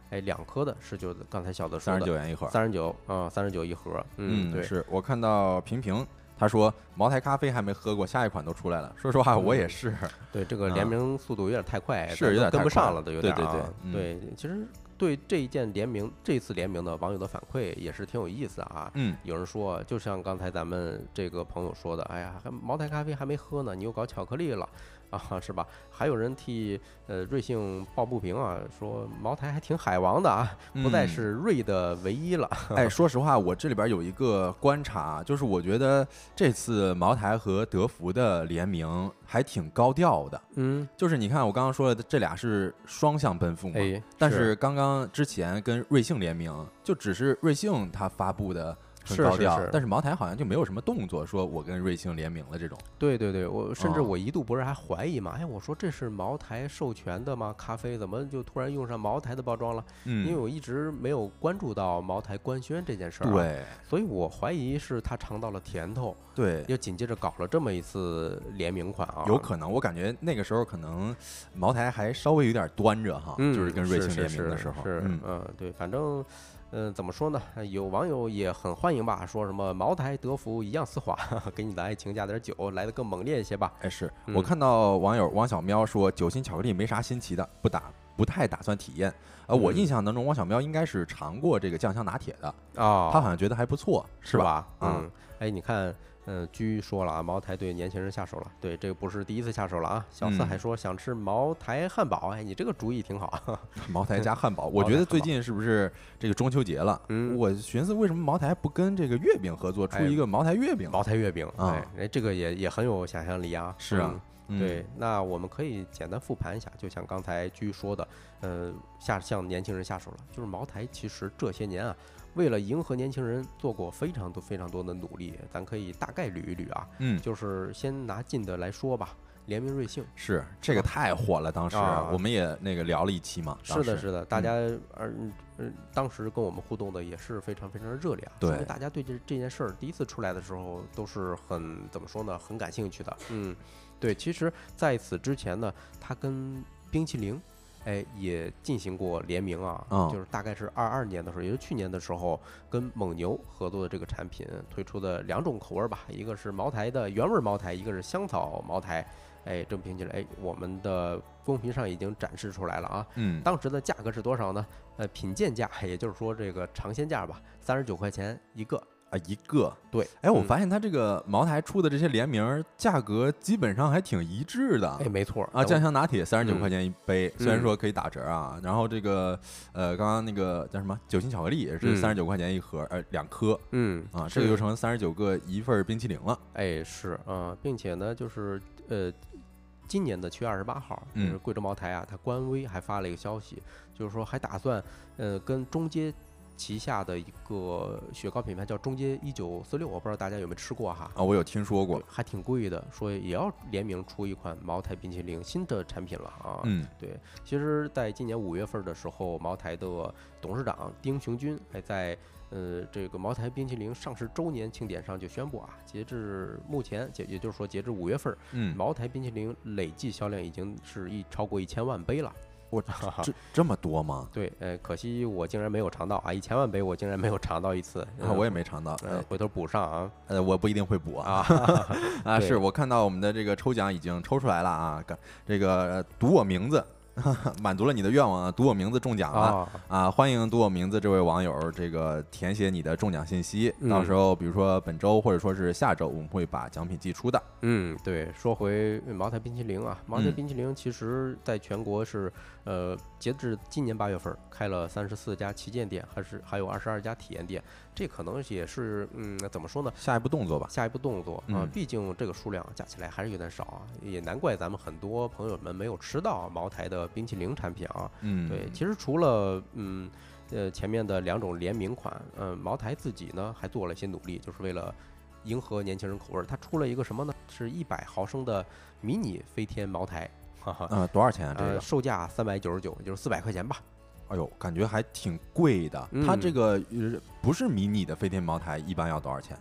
哎，两颗的是就刚才小的说的三十九元一盒， 三十九啊，三十九一盒。嗯，对， 是我看到平平。他说茅台咖啡还没喝过，下一款都出来了。说实话，我也是。 嗯、对这个联名速度有点太快， 是有点跟不上了，都有点、啊。 对对对、 嗯、对，其实对这一件联名，这次联名的网友的反馈也是挺有意思啊。 嗯， 有人说，就像刚才咱们这个朋友说的，哎呀，茅台咖啡还没喝呢，你又搞巧克力了。啊，是吧？还有人替呃瑞幸抱不平啊，说茅台还挺海王的啊，不再是瑞的唯一了。 嗯、哎，说实话，我这里边有一个观察，就是我觉得这次茅台和德芙的联名还挺高调的。 嗯， 就是你看我刚刚说的，这俩是双向奔赴嘛。 哎， 但是刚刚之前跟瑞幸联名，就只是瑞幸它发布的。很高调， 是是是， 但是茅台好像就没有什么动作，说我跟瑞幸联名了这种。 对对对，我甚至我一度不是还怀疑嘛，哦、哎，我说这是茅台授权的吗？咖啡怎么就突然用上茅台的包装了？ 嗯， 因为我一直没有关注到茅台官宣这件事儿、啊， 对， 所以我怀疑是他尝到了甜头， 对， 又紧接着搞了这么一次联名款啊， 有可能，我感觉那个时候可能茅台还稍微有点端着哈， 嗯、 就是跟瑞幸联名的时候， 是，是嗯嗯，对，反正。嗯，怎么说呢？有网友也很欢迎吧，说什么茅台、德芙一样丝滑，给你的爱情加点酒，来得更猛烈一些吧。 哎，是、 嗯、 我看到网友王小喵说，酒心巧克力没啥新奇的，不打不太打算体验。呃，我印象当中，王小喵应该是尝过这个酱香拿铁的啊、哦， 他好像觉得还不错， 是吧？ 吧嗯，哎，你看。嗯，居说了啊，茅台对年轻人下手了，对，这个不是第一次下手了啊。小四还说想吃茅台汉堡，哎，你这个主意挺好。 茅台加汉堡，我觉得最近是不是这个中秋节了？ 嗯， 我寻思为什么茅台不跟这个月饼合作，出一个茅台月饼？ 茅台月饼啊， 哎，这个也也很有想象力啊。 是啊， 嗯、对，那我们可以简单复盘一下，就像刚才居说的，呃，下向年轻人下手了，就是茅台其实这些年啊。为了迎合年轻人，做过非常多非常多的努力，咱可以大概捋一捋啊。 嗯， 就是先拿近的来说吧，联名瑞幸是这个太火了，当时、 啊、 我们也那个聊了一期嘛。 是的，是的，大家嗯嗯，当时跟我们互动的也是非常非常热烈啊。 对， 大家对这这件事儿第一次出来的时候都是很怎么说呢，很感兴趣的。嗯，对，其实在此之前呢，它跟冰淇淋。哎，也进行过联名啊， 嗯、 就是大概是二二年的时候，也就是去年的时候，跟蒙牛合作的这个产品推出的两种口味吧，一个是茅台的原味茅台，一个是香草茅台。哎，这么拼起来，哎，我们的公屏上已经展示出来了啊。 嗯， 当时的价格是多少呢？呃，品鉴价，也就是说这个尝鲜价吧，三十九块钱一个。 啊，一个对， 哎，我发现它这个茅台出的这些联名价格基本上还挺一致的， 哎，没错啊，酱香拿铁三十九块钱一杯， 嗯、 虽然说可以打折啊，然后这个呃，刚刚那个叫什么酒心巧克力也是三十九块钱一盒，呃，两颗， 嗯， 啊，这个就成三十九个一份冰淇淋了， 哎，是啊、呃，并且呢，就是呃。今年的七月二十八号，就是贵州茅台啊，它官微还发了一个消息，就是说还打算呃跟中街旗下的一个雪糕品牌叫中街一九四六，我不知道大家有没有吃过哈？ 啊，我有听说过， 还挺贵的，说也要联名出一款茅台冰淇淋新的产品了啊。 嗯， 对，其实在今年五月份的时候，茅台的董事长丁雄军还在。呃，这个茅台冰淇淋上市周年庆典上就宣布啊，截至目前，也也就是说，截至五月份， 嗯， 茅台冰淇淋累计销量已经是一超过一千万杯了。 我这这么多吗？ 对，呃，可惜我竟然没有尝到啊，一千万杯我竟然没有尝到一次， 啊，我也没尝到， 呃，回头补上啊。 呃，我不一定会补啊。啊，是我看到我们的这个抽奖已经抽出来了啊，这个读我名字。满足了你的愿望啊！读我名字中奖了、哦、啊！欢迎读我名字这位网友，这个填写你的中奖信息， 嗯、 到时候比如说本周或者说是下周，我们会把奖品寄出的。 嗯，对。说回茅台冰淇淋啊，茅台冰淇淋其实在全国是、嗯、呃，截至今年八月份开了三十四家旗舰店，还是还有二十二家体验店。这可能也是嗯，怎么说呢？ 下一步动作吧。 下一步动作啊、 嗯， 毕竟这个数量加起来还是有点少啊，也难怪咱们很多朋友们没有吃到茅台的冰淇淋产品啊。 嗯， 对，其实除了嗯呃前面的两种联名款，嗯、呃，茅台自己呢还做了一些努力，就是为了迎合年轻人口味，它出了一个什么呢？是一百毫升的迷你飞天茅台，哈哈， 呃，多少钱啊？这个、 呃、售价三百九十九，也就是四百块钱吧。 哎呦，感觉还挺贵的。 嗯、 它这个不是迷你的飞天茅台，一般要多少钱？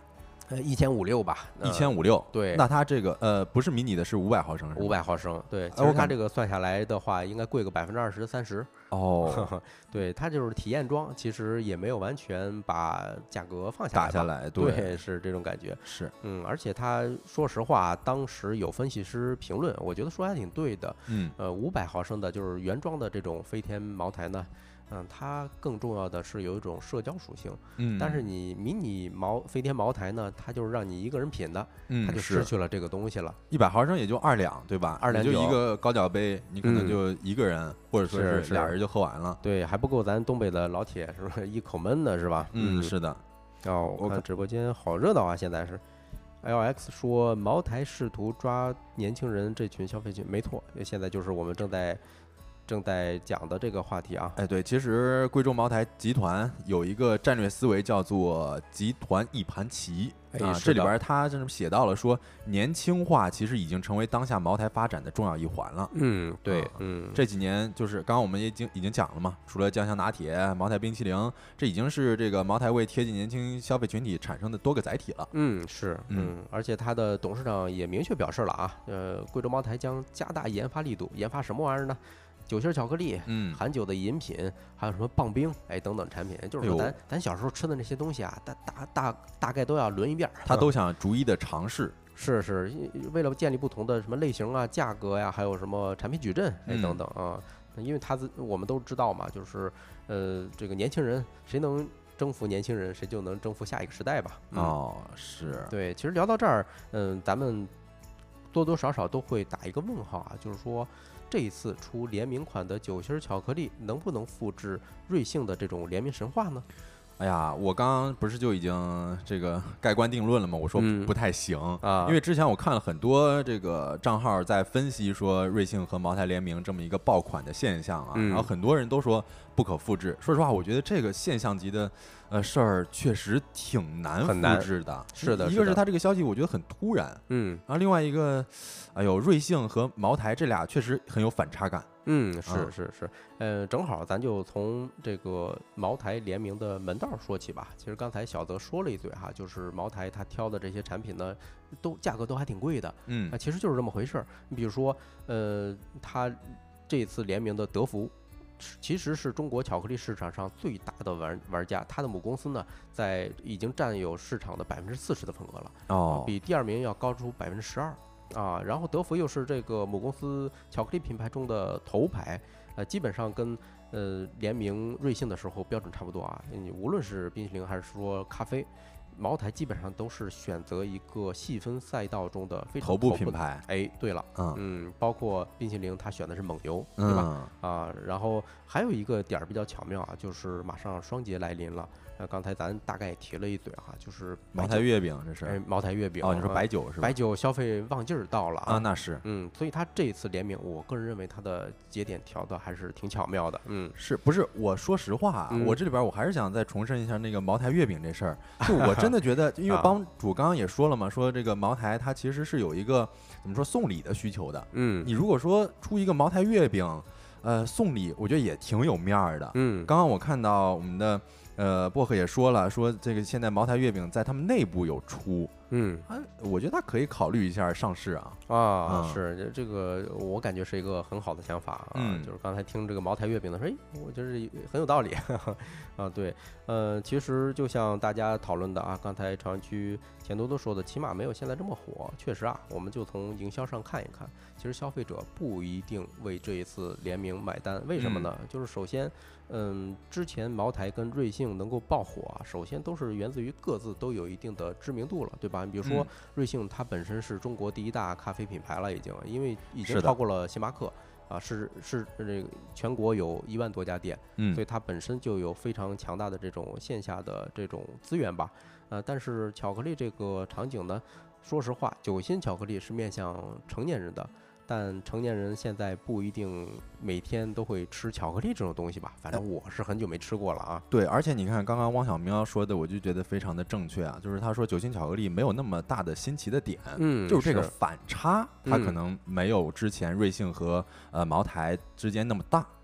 呃，一千五六吧， 一千五六。 对， 那它这个呃不是迷你的，是五百毫升， 五百毫升。对，其实它这个算下来的话，应该贵个百分之二十三十。 哦， 对，它就是体验装，其实也没有完全把价格放下来， 打下来， 对， 对， 是这种感觉。 是， 嗯，而且它说实话，当时有分析师评论，我觉得说还挺对的。 嗯， 呃，五百毫升的就是原装的这种飞天茅台呢。嗯，它更重要的是有一种社交属性， 嗯， 但是你迷你茅飞天茅台呢，它就是让你一个人品的， 嗯， 它就失去了这个东西了。 一百毫升也就二两，对吧？ 二两就一个高脚杯，你可能就一个人， 嗯、 或者说是俩人就喝完了。 对，还不够咱东北的老铁是不是一口闷的，是吧？ 嗯，是的。 哦，我看直播间好热闹啊，现在是。L X 说茅台试图抓年轻人这群消费群，没错，现在就是我们正在。正在讲的这个话题啊， 哎，对，其实贵州茅台集团有一个战略思维叫做集团一盘棋啊，这里边他这写到了说，年轻化其实已经成为当下茅台发展的重要一环了。 嗯，对， 啊、 嗯， 这几年就是刚刚我们已经已经讲了嘛，除了酱香拿铁、茅台冰淇淋，这已经是这个茅台为贴近年轻消费群体产生的多个载体了。 嗯，是，嗯，嗯而且他的董事长也明确表示了啊，呃，贵州茅台将加大研发力度，研发什么玩意儿呢？酒心巧克力， 嗯， 含酒的饮品，还有什么棒冰，哎，等等产品，就是说咱、哎、咱小时候吃的那些东西啊，大大大大概都要轮一遍， 他都想逐一的尝试。 是是，为了建立不同的什么类型啊、价格呀、啊，还有什么产品矩阵，哎，等等啊，嗯、因为他我们都知道嘛，就是呃，这个年轻人谁能征服年轻人，谁就能征服下一个时代吧。 嗯、哦，是对，其实聊到这儿，嗯，咱们多多少少都会打一个问号啊，就是说。这一次出联名款的酒心巧克力，能不能复制瑞幸的这种联名神话呢？ 哎呀，我刚刚不是就已经这个盖棺定论了吗？我说不太行、 嗯、啊， 因为之前我看了很多这个账号在分析说瑞幸和茅台联名这么一个爆款的现象啊， 嗯、 然后很多人都说不可复制。说实话，我觉得这个现象级的呃事儿确实挺难复制的。 是的， 一个是它这个消息我觉得很突然， 嗯， 然后另外一个，哎呦，瑞幸和茅台这俩确实很有反差感。 嗯，是是是，呃，正好咱就从这个茅台联名的门道说起吧。其实刚才小泽说了一嘴哈，就是茅台他挑的这些产品呢，都价格都还挺贵的， 嗯， 啊，其实就是这么回事儿。你比如说，呃，他这次联名的德芙，其实是中国巧克力市场上最大的玩玩家，它的母公司呢，在已经占有市场的百分之四十的份额了， 哦， 比第二名要高出百分之十二。啊，然后德芙又是这个母公司巧克力品牌中的头牌，呃，基本上跟呃联名瑞幸的时候标准差不多啊。你无论是冰淇淋还是说咖啡，茅台基本上都是选择一个细分赛道中的非常头部品牌。 哎，对了， 嗯嗯，包括冰淇淋，它选的是蒙牛，对吧？ 嗯、 啊，然后还有一个点儿比较巧妙啊，就是马上双节来临了。呃，刚才咱大概也提了一嘴哈，就是茅台月饼，这是哎，茅台月饼哦，你说白酒是吧？ 白酒消费旺季儿到了啊， 啊，那是， 嗯，所以他这一次联名，我个人认为他的节点调的还是挺巧妙的，嗯， 是不是？我说实话啊， 嗯、 我这里边我还是想再重申一下那个茅台月饼这事儿，就我真的觉得，因为帮主刚刚也说了嘛，说这个茅台它其实是有一个怎么说送礼的需求的， 嗯， 你如果说出一个茅台月饼，呃，送礼，我觉得也挺有面儿的， 嗯， 刚刚我看到我们的。呃，薄荷也说了，说这个现在茅台月饼在他们内部有出， 嗯， 啊，我觉得他可以考虑一下上市啊。 啊， 嗯、 是这个，我感觉是一个很好的想法啊。 嗯， 就是刚才听这个茅台月饼的时候，哎，我觉得很有道理啊。对，呃，其实就像大家讨论的啊，刚才朝阳区钱多多说的，起码没有现在这么火。确实啊，我们就从营销上看一看，其实消费者不一定为这一次联名买单，为什么呢？ 嗯、 就是首先。嗯，之前茅台跟瑞幸能够爆火啊，首先都是源自于各自都有一定的知名度了，对吧？你比如说瑞幸，它本身是中国第一大咖啡品牌了，已经，因为已经超过了星巴克啊，是是这个全国有一万多家店， 嗯， 所以它本身就有非常强大的这种线下的这种资源吧。呃，但是巧克力这个场景呢，说实话，酒心巧克力是面向成年人的。但成年人现在不一定每天都会吃巧克力这种东西吧，反正我是很久没吃过了啊。 对，而且你看刚刚汪小喵说的，我就觉得非常的正确啊，就是他说酒心巧克力没有那么大的新奇的点， 嗯， 就是这个反差，它可嗯、 能没有之前瑞幸和呃茅台之间那么大。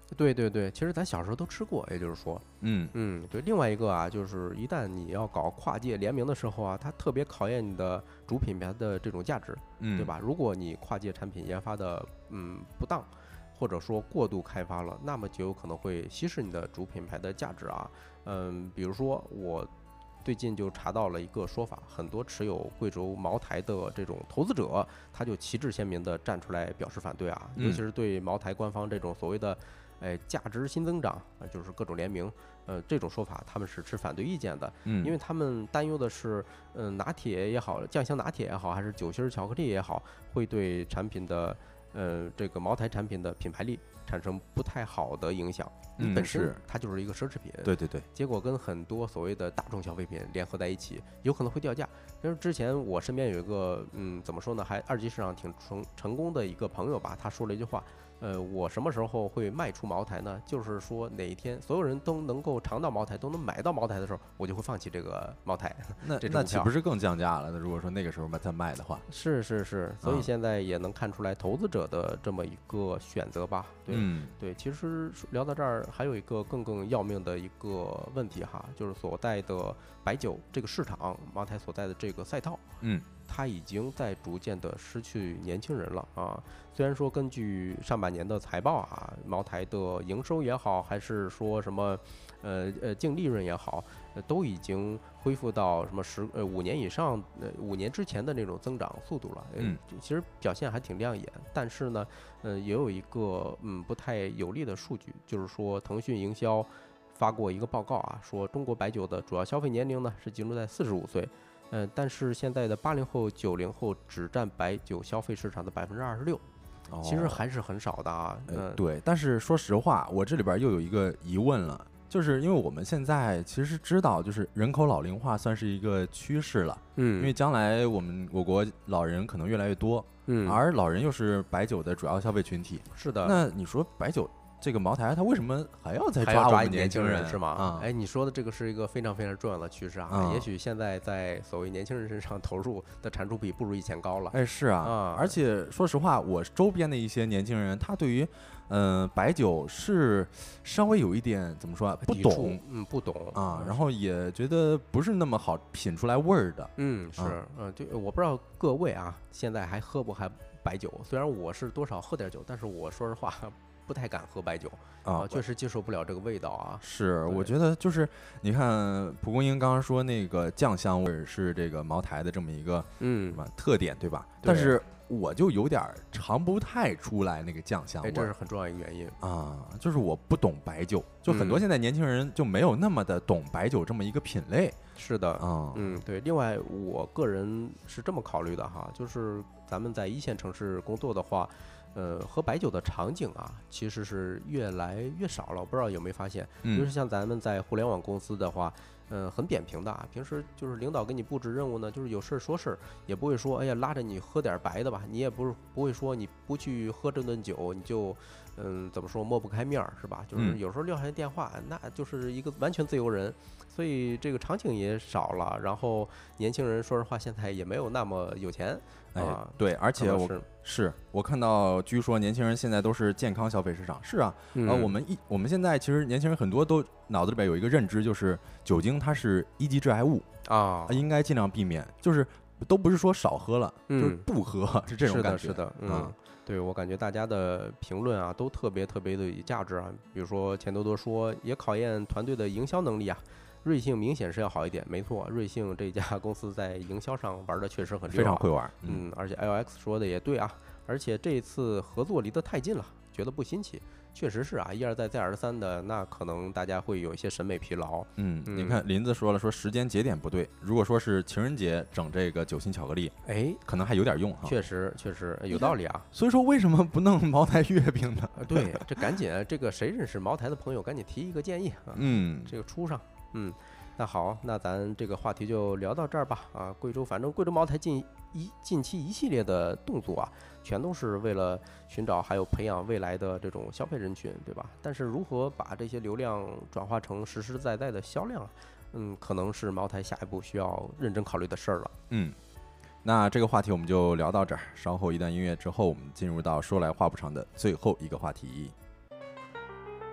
对对对，其实咱小时候都吃过，也就是说， 嗯嗯，对。另外一个啊，就是一旦你要搞跨界联名的时候啊，它特别考验你的主品牌的这种价值， 嗯， 对吧？如果你跨界产品研发的嗯不当，或者说过度开发了，那么就有可能会稀释你的主品牌的价值啊。嗯，比如说我最近就查到了一个说法，很多持有贵州茅台的这种投资者，他就旗帜鲜明地站出来表示反对啊， 嗯尤其是对茅台官方这种所谓的，哎，价值新增长啊，就是各种联名，呃，这种说法他们是持反对意见的， 嗯， 因为他们担忧的是，嗯、拿铁也好，酱香拿铁也好，还是酒心儿巧克力也好，会对产品的，呃，这个茅台产品的品牌力产生不太好的影响。 嗯本身是它就是一个奢侈品， 对对对， 结果跟很多所谓的大众消费品联合在一起，有可能会掉价。就是之前我身边有一个，嗯，怎么说呢，还二级市场挺成成功的一个朋友吧，他说了一句话，呃，我什么时候会卖出茅台呢？就是说哪一天所有人都能够尝到茅台，都能买到茅台的时候，我就会放弃这个茅台。 那这种票那岂不是更降价了？那如果说那个时候再卖的话， 是是是，所以啊现在也能看出来投资者的这么一个选择吧。对、 嗯对，其实聊到这儿，还有一个更更要命的一个问题哈，就是所在的白酒这个市场，茅台所在的这个赛道， 嗯它已经在逐渐的失去年轻人了啊。虽然说根据上半年的财报啊，茅台的营收也好，还是说什么，呃呃净利润也好，呃都已经恢复到什么十呃五年以上，呃五年之前的那种增长速度了。呃嗯， 其实表现还挺亮眼，但是呢，呃也有一个嗯不太有利的数据，就是说腾讯营销发过一个报告啊，说中国白酒的主要消费年龄呢是集中在四十五岁。嗯，但是现在的八零后、九零后只占白酒消费市场的百分之二十六， 哦其实还是很少的啊。嗯， 呃对，但是说实话，我这里边又有一个疑问了，就是因为我们现在其实知道，就是人口老龄化算是一个趋势了， 嗯， 因为将来我们我国老人可能越来越多， 嗯， 而老人又是白酒的主要消费群体， 是的， 那你说白酒这个茅台，它为什么还要再还要抓我们抓年轻轻人是吗？ 啊， 哎，你说的这个是一个非常非常重要的趋势啊。 啊也许现在在所谓年轻人身上投入的产出比不如以前高了。 哎，是啊， 啊而且说实话，我周边的一些年轻人，他对于嗯、呃白酒是稍微有一点怎么说啊，不抵触懂嗯，不懂啊， 嗯然后也觉得不是那么好品出来味儿的。 嗯，是， 啊嗯，就我不知道各位啊，现在还喝不还白酒？虽然我是多少喝点酒，但是我说实话不太敢喝白酒啊确实接受不了这个味道啊。 是，我对觉得就是你看蒲公英刚刚说那个酱香味儿是这个茅台的这么一个嗯什，么特点，对吧？ 对但是我就有点儿尝不太出来那个酱香哎， 味儿这是很重要一个原因。 啊，就是我不懂白酒，就很多嗯现在年轻人就没有那么的懂白酒这么一个品类是的， 啊。 嗯，对。另外，我个人是这么考虑的哈，就是咱们在一线城市工作的话，呃，喝白酒的场景啊，其实是越来越少了。我不知道有没有发现，尤其嗯是像咱们在互联网公司的话，嗯、很扁平的啊。平时就是领导给你布置任务呢，就是有事儿说事儿，也不会说，哎呀，拉着你喝点白的吧。你也不是不会说你不去喝这顿酒，你就，嗯，怎么说抹不开面儿是吧？就是嗯有时候撂下电话，那就是一个完全自由人。所以这个场景也少了，然后年轻人说实话现在也没有那么有钱哎啊，， 对，而且我可能是是我看到，据说年轻人现在都是健康消费市场。是啊， 嗯呃，我们一我们现在其实年轻人很多都脑子里边有一个认知，就是酒精它是一级致癌物， 啊啊，应该尽量避免，就是都不是说少喝了，就是嗯不喝，是这种是感觉。 的是的，嗯啊， 对我感觉大家的评论啊都特别特别的有价值啊，比如说钱多多说也考验团队的营销能力啊。瑞幸明显是要好一点，没错，瑞幸这家公司在营销上玩的确实很溜啊非常会玩。嗯， 嗯，而且 L X 说的也对啊，而且这次合作离得太近了，觉得不新奇。确实是啊，一而再再而三的，那可能大家会有一些审美疲劳。 嗯，你嗯看林子说了，说时间节点不对。如果说是情人节整这个酒心巧克力， 哎， 可能还有点用哈。 确实确实有道理啊。 所以说为什么不弄茅台月饼呢？ 呃对，这赶紧，这个谁认识茅台的朋友，赶紧提一个建议啊， 嗯， 这个出上。嗯，那好，那咱这个话题就聊到这儿吧。啊，贵州，反正贵州茅台近一近期一系列的动作啊，全都是为了寻找还有培养未来的这种消费人群，对吧？但是如何把这些流量转化成实实在在的销量，嗯，可能是茅台下一步需要认真考虑的事儿了。 嗯，那这个话题我们就聊到这儿。稍后一段音乐之后，我们进入到说来话不长的最后一个话题。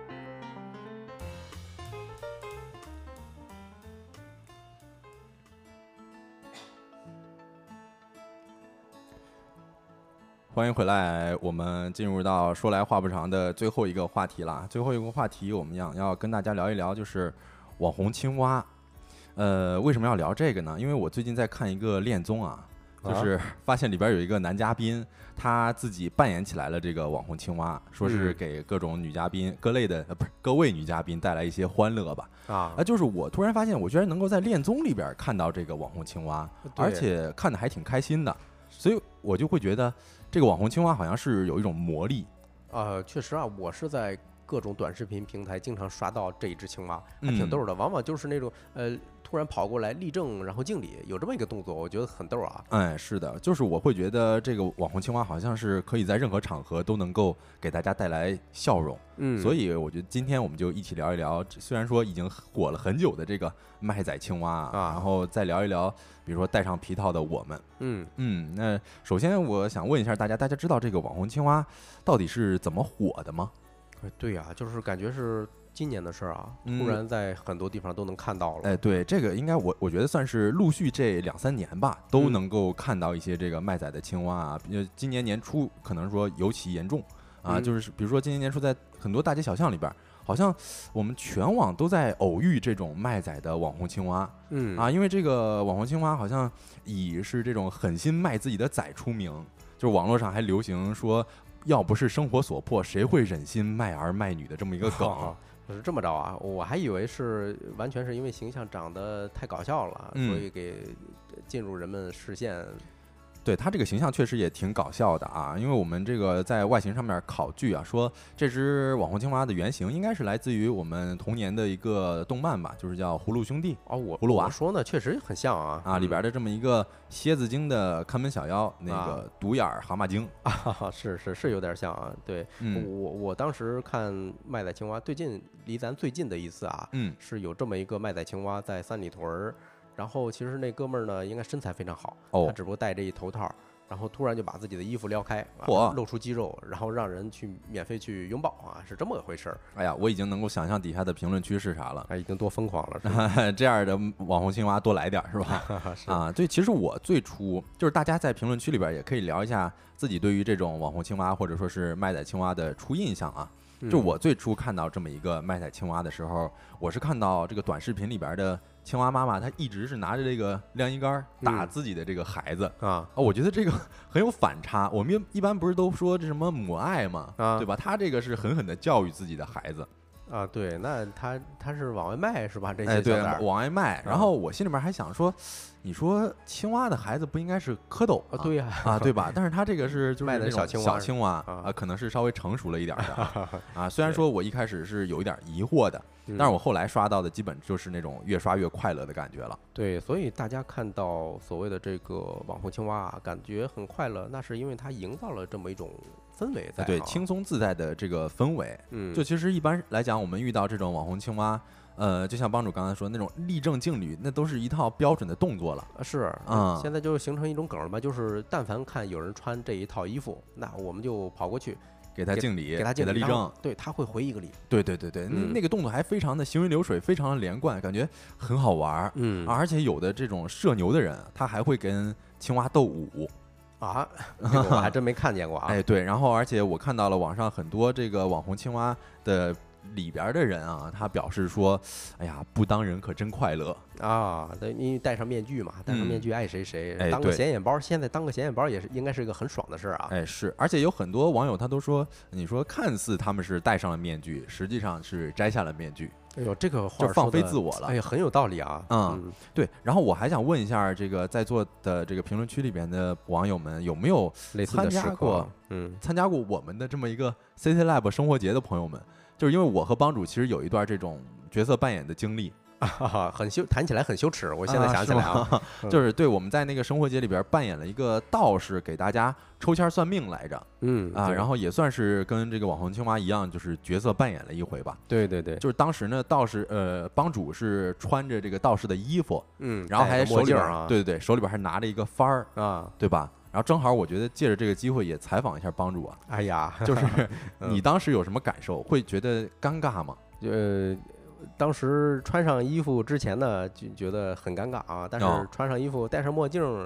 欢迎回来，我们进入到说来话不长的最后一个话题了。最后一个话题，我们想要跟大家聊一聊，就是网红青蛙。呃，为什么要聊这个呢？因为我最近在看一个恋综啊，就是发现里边有一个男嘉宾，他自己扮演起来了这个网红青蛙，说是给各种女嘉宾、各类的呃不是各位女嘉宾带来一些欢乐吧。 啊， 啊，就是我突然发现，我居然能够在恋综里边看到这个网红青蛙，而且看的还挺开心的，所以我就会觉得这个网红青蛙好像是有一种魔力。 呃，确实啊，我是在各种短视频平台经常刷到这一只青蛙，还挺逗的。嗯、往往就是那种呃，突然跑过来立正，然后敬礼，有这么一个动作，我觉得很逗啊。 哎，是的，就是我会觉得这个网红青蛙好像是可以在任何场合都能够给大家带来笑容。嗯，所以我觉得今天我们就一起聊一聊，虽然说已经火了很久的这个麦仔青蛙啊，然后再聊一聊，比如说戴上皮套的我们。嗯嗯，那首先我想问一下大家，大家知道这个网红青蛙到底是怎么火的吗？ 对呀、啊，就是感觉是今年的事儿啊，突然在很多地方都能看到了。 嗯、哎，对，这个应该我我觉得算是陆续这两三年吧，都能够看到一些这个麦仔的青蛙啊。呃，今年年初可能说尤其严重啊，嗯、就是比如说今年年初在很多大街小巷里边，好像我们全网都在偶遇这种麦仔的网红青蛙。嗯啊，因为这个网红青蛙好像以是这种狠心卖自己的仔出名，就是网络上还流行说，要不是生活所迫，谁会忍心卖儿卖女的这么一个梗？ 哦、是这么着啊？我还以为是完全是因为形象长得太搞笑了，嗯、所以给进入人们视线。 对，他这个形象确实也挺搞笑的啊，因为我们这个在外形上面考据啊，说这只网红青蛙的原型应该是来自于我们童年的一个动漫吧，就是叫《葫芦兄弟》 哦，我葫芦娃我说呢，确实很像啊啊，里边的这么一个蝎子精的看门小妖，那个独眼蛤蟆精啊，是是是有点像啊。对，嗯、我我当时看麦仔青蛙，最近离咱最近的一次啊，嗯，是有这么一个麦仔青蛙在三里屯儿。然后其实那哥们儿呢，应该身材非常好，哦、他只不过戴着一头套，然后突然就把自己的衣服撩开，啊、露出肌肉，然后让人去免费去拥抱啊，是这么个回事儿。 哎呀，我已经能够想象底下的评论区是啥了， 哎，已经多疯狂了，是吧？ 这样的网红青蛙多来点是吧？ 是啊，对，其实我最初就是大家在评论区里边也可以聊一下自己对于这种网红青蛙或者说是麦仔青蛙的初印象啊。就我最初看到这么一个麦仔青蛙的时候，我是看到这个短视频里边的青蛙妈妈，她一直是拿着这个晾衣杆打自己的这个孩子、嗯、啊，我觉得这个很有反差。我们一般不是都说这什么母爱嘛，啊、对吧？她这个是狠狠的教育自己的孩子。 啊，对，那他他是往外卖是吧？这些哎，对，往外卖。然后我心里面还想说，你说青蛙的孩子不应该是蝌蚪啊？对呀， 啊，对吧？但是他这个是就是那种小青蛙， 小青蛙啊，可能是稍微成熟了一点的啊。虽然说我一开始是有一点疑惑的，但是我后来刷到的基本就是那种越刷越快乐的感觉了。 对，所以大家看到所谓的这个网红青蛙啊，感觉很快乐，那是因为它营造了这么一种氛围在， 对，轻松自在的这个氛围。嗯，就其实一般来讲，我们遇到这种网红青蛙，呃，就像帮主刚才说那种立正敬礼，那都是一套标准的动作了。 是，嗯，现在就形成一种梗了嘛，就是但凡看有人穿这一套衣服，那我们就跑过去给他敬礼， 给他敬立正， 对，他会回一个礼。 对对对对，嗯、那个动作还非常的行云流水，非常的连贯，感觉很好玩。嗯，而且有的这种社牛的人，他还会跟青蛙斗舞。 啊，这个我还真没看见过啊！ 哎，对，然后而且我看到了网上很多这个网红青蛙的里边的人啊，他表示说：“哎呀，不当人可真快乐啊！”对，因为戴上面具嘛，戴上面具爱谁谁，嗯、当个显眼包，现在当个显眼包也是应该是一个很爽的事儿啊！ 哎，是，而且有很多网友他都说，你说看似他们是戴上了面具，实际上是摘下了面具。 哎呦，这个话就放飞自我了， 哎呀，很有道理啊。 嗯，嗯对。然后我还想问一下，这个在座的这个评论区里边的网友们，有没有参加过？嗯，参加过我们的这么一个 City Lab 生活节的朋友们，就是因为我和帮主其实有一段这种角色扮演的经历。 啊，很羞，谈起来很羞耻。我现在想起来啊， 啊是就是对我们在那个生活节里边扮演了一个道士，给大家抽签算命来着。嗯啊，然后也算是跟这个网红青蛙一样，就是角色扮演了一回吧。 对对对， 就是当时呢，道士呃帮主是穿着这个道士的衣服，嗯，然后还手里边啊，对对对，手里边还拿着一个幡儿啊，对吧？然后正好我觉得借着这个机会也采访一下帮主啊。 哎呀， 就是你当时有什么感受？会觉得尴尬吗？ 呃。当时穿上衣服之前呢，就觉得很尴尬啊。但是穿上衣服，戴上墨镜，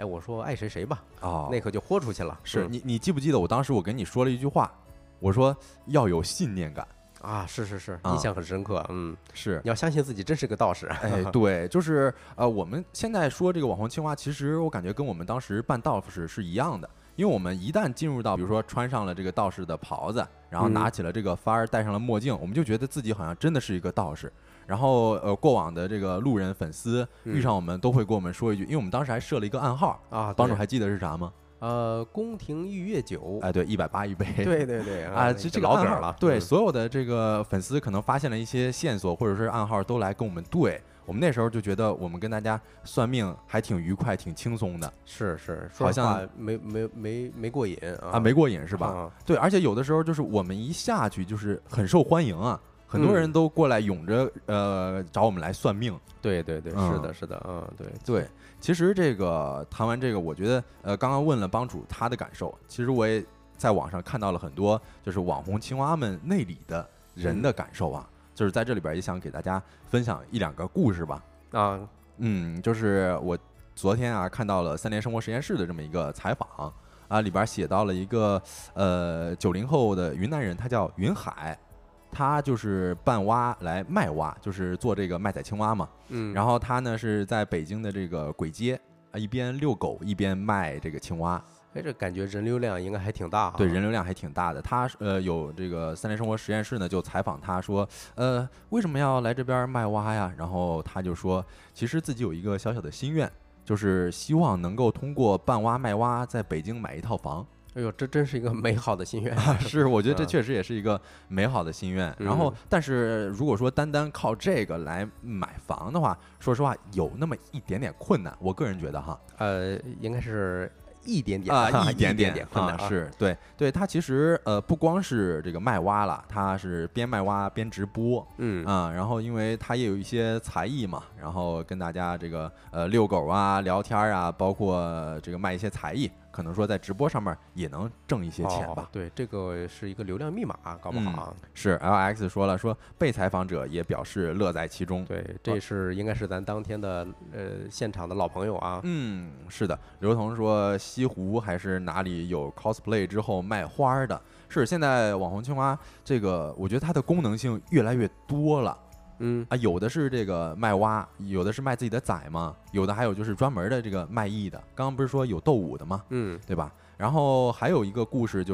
哎，我说爱谁谁吧， 哦， 那可就豁出去了。 是嗯你你记不记得我当时我跟你说了一句话，我说要有信念感。 啊，是是是， 啊印象很深刻。嗯， 是你要相信自己真是个道士。 哎，对，就是呃，我们现在说这个网红青蛙，其实我感觉跟我们当时办道士是一样的，因为我们一旦进入到，比如说穿上了这个道士的袍子，然后拿起了这个幡儿，戴上了墨镜，我们就觉得自己好像真的是一个道士。然后呃，过往的这个路人粉丝遇上我们都会跟我们说一句，因为我们当时还设了一个暗号啊， 帮主还记得是啥吗？ 呃，宫廷御乐酒， 哎，对，一百八一杯， 对对对， 啊，这这个老梗了。 对， 嗯、 所有的这个粉丝可能发现了一些线索，或者是暗号，都来跟我们对。我们那时候就觉得，我们跟大家算命还挺愉快、挺轻松的。 是是， 好像没没没没过瘾啊， 啊没过瘾是吧？ 啊、 对，而且有的时候就是我们一下去就是很受欢迎啊。很多人都过来涌着、嗯、呃找我们来算命， 对对对， 嗯、 是的，是的，嗯，对对。其实这个谈完这个，我觉得呃，刚刚问了帮主他的感受，其实我也在网上看到了很多就是网红青蛙们内里的人的感受啊，嗯、就是在这里边也想给大家分享一两个故事吧。 啊， 嗯，就是我昨天啊看到了三联生活实验室的这么一个采访啊，里边写到了一个呃九零后的云南人，他叫云海。他就是扮蛙来卖蛙，就是做这个卖仔青蛙嘛。 嗯， 然后他呢是在北京的这个簋街啊，一边遛狗一边卖这个青蛙。 哎，这感觉人流量应该还挺大、啊。 对，人流量还挺大的。他呃有这个三联生活实验室呢，就采访他说，呃，为什么要来这边卖蛙呀？然后他就说，其实自己有一个小小的心愿，就是希望能够通过扮蛙卖蛙，在北京买一套房。 哎呦，这真是一个美好的心愿啊！是，我觉得这确实也是一个美好的心愿。 嗯、 然后，但是如果说单单靠这个来买房的话，说实话有那么一点点困难。我个人觉得哈， 呃，应该是一点点啊，一点点点困难、 啊。是对对，他其实呃不光是这个卖蛙了，他是边卖蛙边直播， 嗯啊，然后因为他也有一些才艺嘛，然后跟大家这个呃遛狗啊、聊天啊，包括这个卖一些才艺。可能说在直播上面也能挣一些钱吧。 哦、对，这个是一个流量密码，搞不好、 嗯、是 L X 说了，说被采访者也表示乐在其中。 对，这是应该是咱当天的呃现场的老朋友啊。 嗯，是的。刘彤说西湖还是哪里有 cosplay 之后卖花的？是现在网红青蛙这个，我觉得它的功能性越来越多了。 嗯啊，有的是这个卖蛙，有的是卖自己的崽嘛，有的还有就是专门的这个卖艺的。刚刚不是说有斗舞的吗？ 嗯， 对吧？然后还有一个故事就是，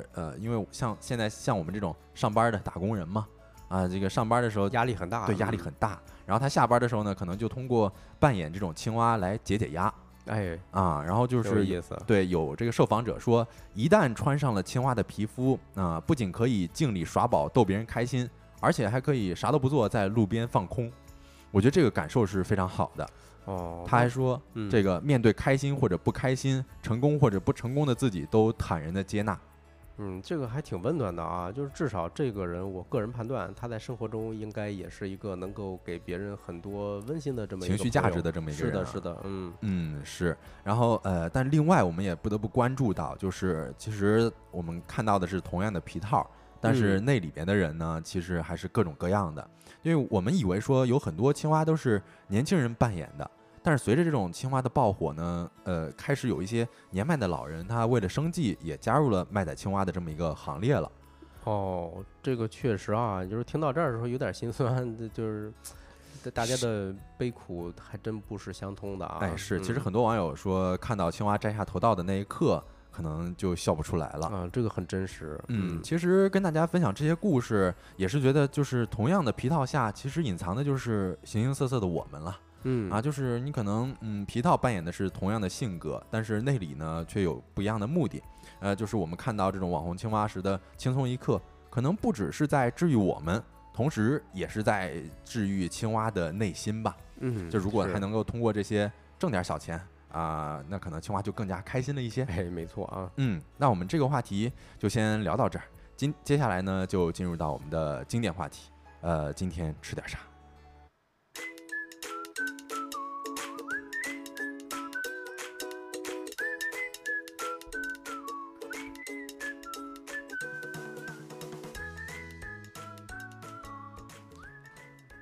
呃，因为像现在像我们这种上班的打工人嘛，啊，这个上班的时候压力很大， 对，压力很大。然后他下班的时候呢，可能就通过扮演这种青蛙来解解压。 哎， 啊，然后就是意思， 对，有这个受访者说，一旦穿上了青蛙的皮肤，啊，不仅可以敬礼耍宝逗别人开心。而且还可以啥都不做，在路边放空，我觉得这个感受是非常好的。 哦， 他还说， 嗯、 这个面对开心或者不开心、成功或者不成功的自己，都坦然的接纳。 嗯，这个还挺温暖的啊，就是至少这个人，我个人判断，他在生活中应该也是一个能够给别人很多温馨的这么一个情绪价值的这么一个人、 啊。是的，是的，嗯嗯是。然后呃，但另外我们也不得不关注到，就是其实我们看到的是同样的皮套。但是那里边的人呢，嗯、其实还是各种各样的，因为我们以为说有很多青蛙都是年轻人扮演的，但是随着这种青蛙的爆火呢，呃，开始有一些年迈的老人，他为了生计也加入了卖仔青蛙的这么一个行列了。 哦，这个确实啊，就是听到这儿的时候有点心酸，就是大家的悲苦还真不是相通的啊。 哎，是， 嗯、 其实很多网友说看到青蛙摘下头套的那一刻。可能就笑不出来了啊，这个很真实。 嗯，其实跟大家分享这些故事，也是觉得就是同样的皮套下，其实隐藏的就是形形色色的我们了。 嗯啊，就是你可能嗯皮套扮演的是同样的性格，但是内里呢却有不一样的目的。呃，就是我们看到这种网红青蛙时的轻松一刻，可能不只是在治愈我们，同时也是在治愈青蛙的内心吧。 嗯， 就如果还能够通过这些挣点小钱。啊、呃，那可能青蛙就更加开心了一些。 哎，没错啊。 嗯，那我们这个话题就先聊到这儿。今接下来呢，就进入到我们的经典话题。呃，今天吃点啥？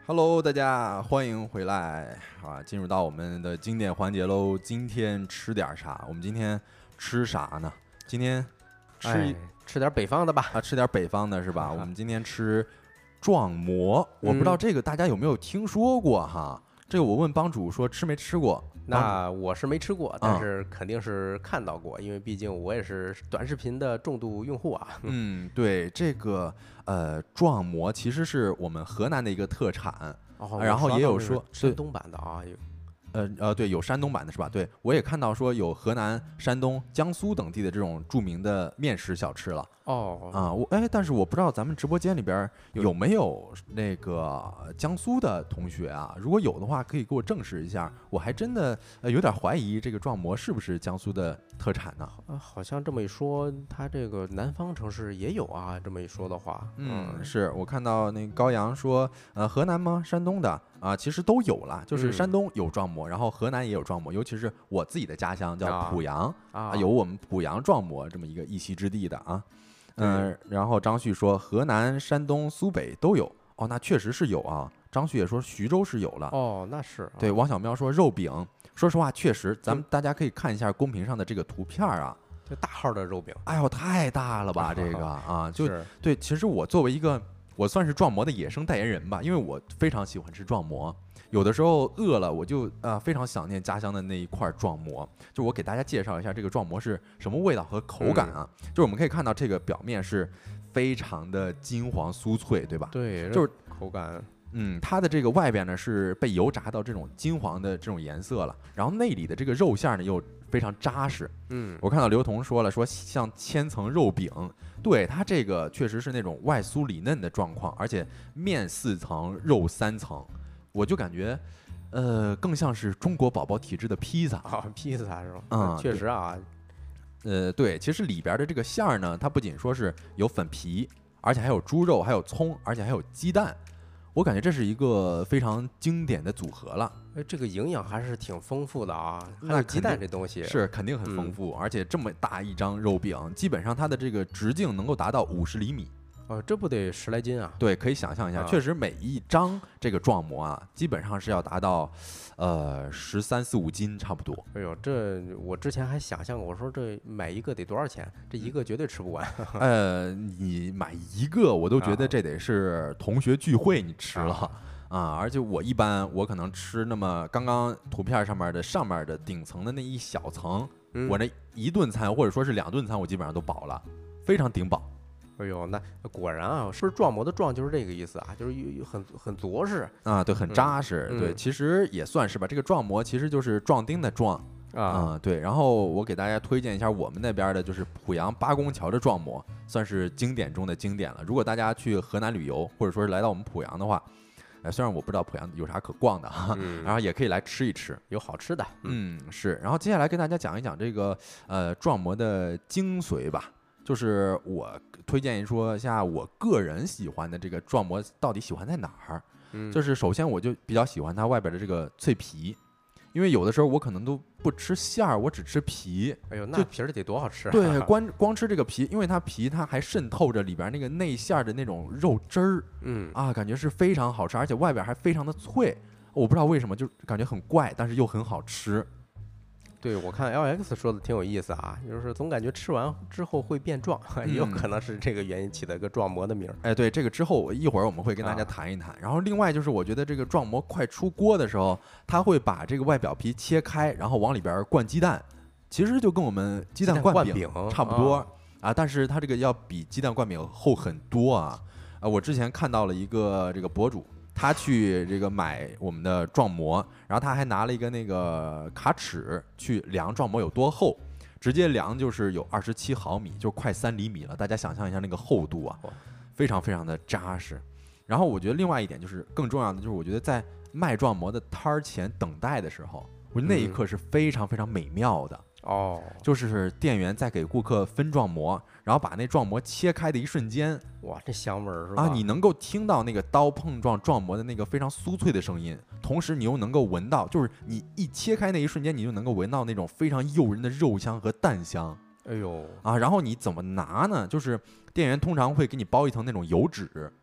Hello， 大家欢迎回来啊！进入到我们的经典环节喽。今天吃点啥？我们今天吃啥呢？今天吃、 哎、吃点北方的吧。 啊，吃点北方的是吧？我们今天吃壮馍，我不知道这个大家有没有听说过哈？这个我问帮主说吃没吃过。 那我是没吃过，但是肯定是看到过，嗯、因为毕竟我也是短视频的重度用户啊。 嗯，对，这个呃壮馍其实是我们河南的一个特产， 哦、 然后也有说山东版的啊。 呃呃，对，有山东版的是吧？对，我也看到说有河南、山东、江苏等地的这种著名的面食小吃了。 哦， 啊，我哎，但是我不知道咱们直播间里边有没有那个江苏的同学啊？如果有的话，可以给我证实一下。我还真的呃有点怀疑这个壮馍是不是江苏的特产呢？ 啊，好像这么一说，它这个南方城市也有啊。这么一说的话， 嗯，嗯是我看到那高阳说，呃，河南吗？山东的啊，其实都有了，就是山东有壮馍，然后河南也有壮馍，尤其是我自己的家乡叫濮阳啊，有我们濮阳壮馍这么一个一席之地的啊。嗯，然后张旭说河南、山东、苏北都有哦，那确实是有啊。张旭也说徐州是有了哦，那是、啊、 对。王小喵说肉饼，说实话确实，咱们大家可以看一下公屏上的这个图片啊， 这大号的肉饼， 哎呦太大了吧这个啊，就对。其实我作为一个我算是壮馍的野生代言人吧，因为我非常喜欢吃壮馍。有的时候饿了，我就啊、呃、非常想念家乡的那一块壮馍。就我给大家介绍一下这个壮馍是什么味道和口感啊。嗯、就是我们可以看到这个表面是非常的金黄酥脆，对吧？ 对， 就是口感。 嗯，它的这个外边呢是被油炸到这种金黄的这种颜色了，然后内里的这个肉馅呢又非常扎实。 嗯， 我看到刘同说了，说像千层肉饼，对，它这个确实是那种外酥里嫩的状况，而且面四层肉三层。我就感觉，呃，更像是中国宝宝体质的披萨啊，披萨是吧？ 嗯， 确实啊， 呃，对，其实里边的这个馅儿呢，它不仅说是有粉皮，而且还有猪肉，还有葱，而且还有鸡蛋。我感觉这是一个非常经典的组合了。 哎，这个营养还是挺丰富的啊，还有鸡蛋这东西是肯定很丰富，嗯、而且这么大一张肉饼，基本上它的这个直径能够达到五十厘米。 哦，这不得十来斤啊？ 对，可以想象一下，啊、确实每一张这个壮馍啊，基本上是要达到，呃，十三四五斤差不多。 哎呦，这我之前还想象过，我说这买一个得多少钱？这一个绝对吃不完。 呃，你买一个，我都觉得这得是同学聚会你吃了。啊啊，而且我一般我可能吃那么刚刚图片上面的上面的顶层的那一小层，嗯、我那一顿餐或者说是两顿餐，我基本上都饱了，非常顶饱。 哎呦，那果然啊，是不是壮馍的壮就是这个意思啊？就是很很着实啊，对，很扎实， 嗯、 对，其实也算是吧。这个壮馍其实就是壮丁的壮啊、嗯，对。然后我给大家推荐一下我们那边的，就是濮阳八公桥的壮馍，算是经典中的经典了。如果大家去河南旅游，或者说是来到我们濮阳的话，呃，虽然我不知道濮阳有啥可逛的哈，嗯、然后也可以来吃一吃， 有好吃的。 嗯，是。然后接下来跟大家讲一讲这个呃壮馍的精髓吧。就是我推荐说一下我个人喜欢的这个壮馍到底喜欢在哪儿？ 嗯， 就是首先我就比较喜欢它外边的这个脆皮，因为有的时候我可能都不吃馅儿，我只吃皮。 哎呦，那皮儿得多好吃啊！ 对，光光吃这个皮，因为它皮它还渗透着里边那个内馅的那种肉汁儿， 嗯啊，感觉是非常好吃，而且外边还非常的脆。我不知道为什么，就感觉很怪，但是又很好吃。 对，我看 L X 说的挺有意思啊，就是总感觉吃完之后会变壮，也有可能是这个原因起的一个壮馍的名儿。 哎，对，这个之后一会儿我们会跟大家谈一谈。啊、然后另外就是，我觉得这个壮馍快出锅的时候，它会把这个外表皮切开，然后往里边灌鸡蛋，其实就跟我们鸡蛋灌饼差不多 啊, 啊，但是它这个要比鸡蛋灌饼厚很多啊。啊，我之前看到了一个这个博主。他去这个买我们的壮馍，然后他还拿了一个那个卡尺去量壮馍有多厚，直接量就是有二十七毫米，就快三厘米了。大家想象一下那个厚度啊，非常非常的扎实。然后我觉得另外一点就是更重要的就是，我觉得在卖壮馍的摊儿前等待的时候，我觉得那一刻是非常非常美妙的。 哦， 就是店员在给顾客分壮馍，然后把那壮馍切开的一瞬间， 哇，这香味儿是吧？ 啊，你能够听到那个刀碰撞壮馍的那个非常酥脆的声音，同时你又能够闻到，就是你一切开那一瞬间，你就能够闻到那种非常诱人的肉香和蛋香。 哎呦， 啊，然后你怎么拿呢？就是店员通常会给你包一层那种油纸，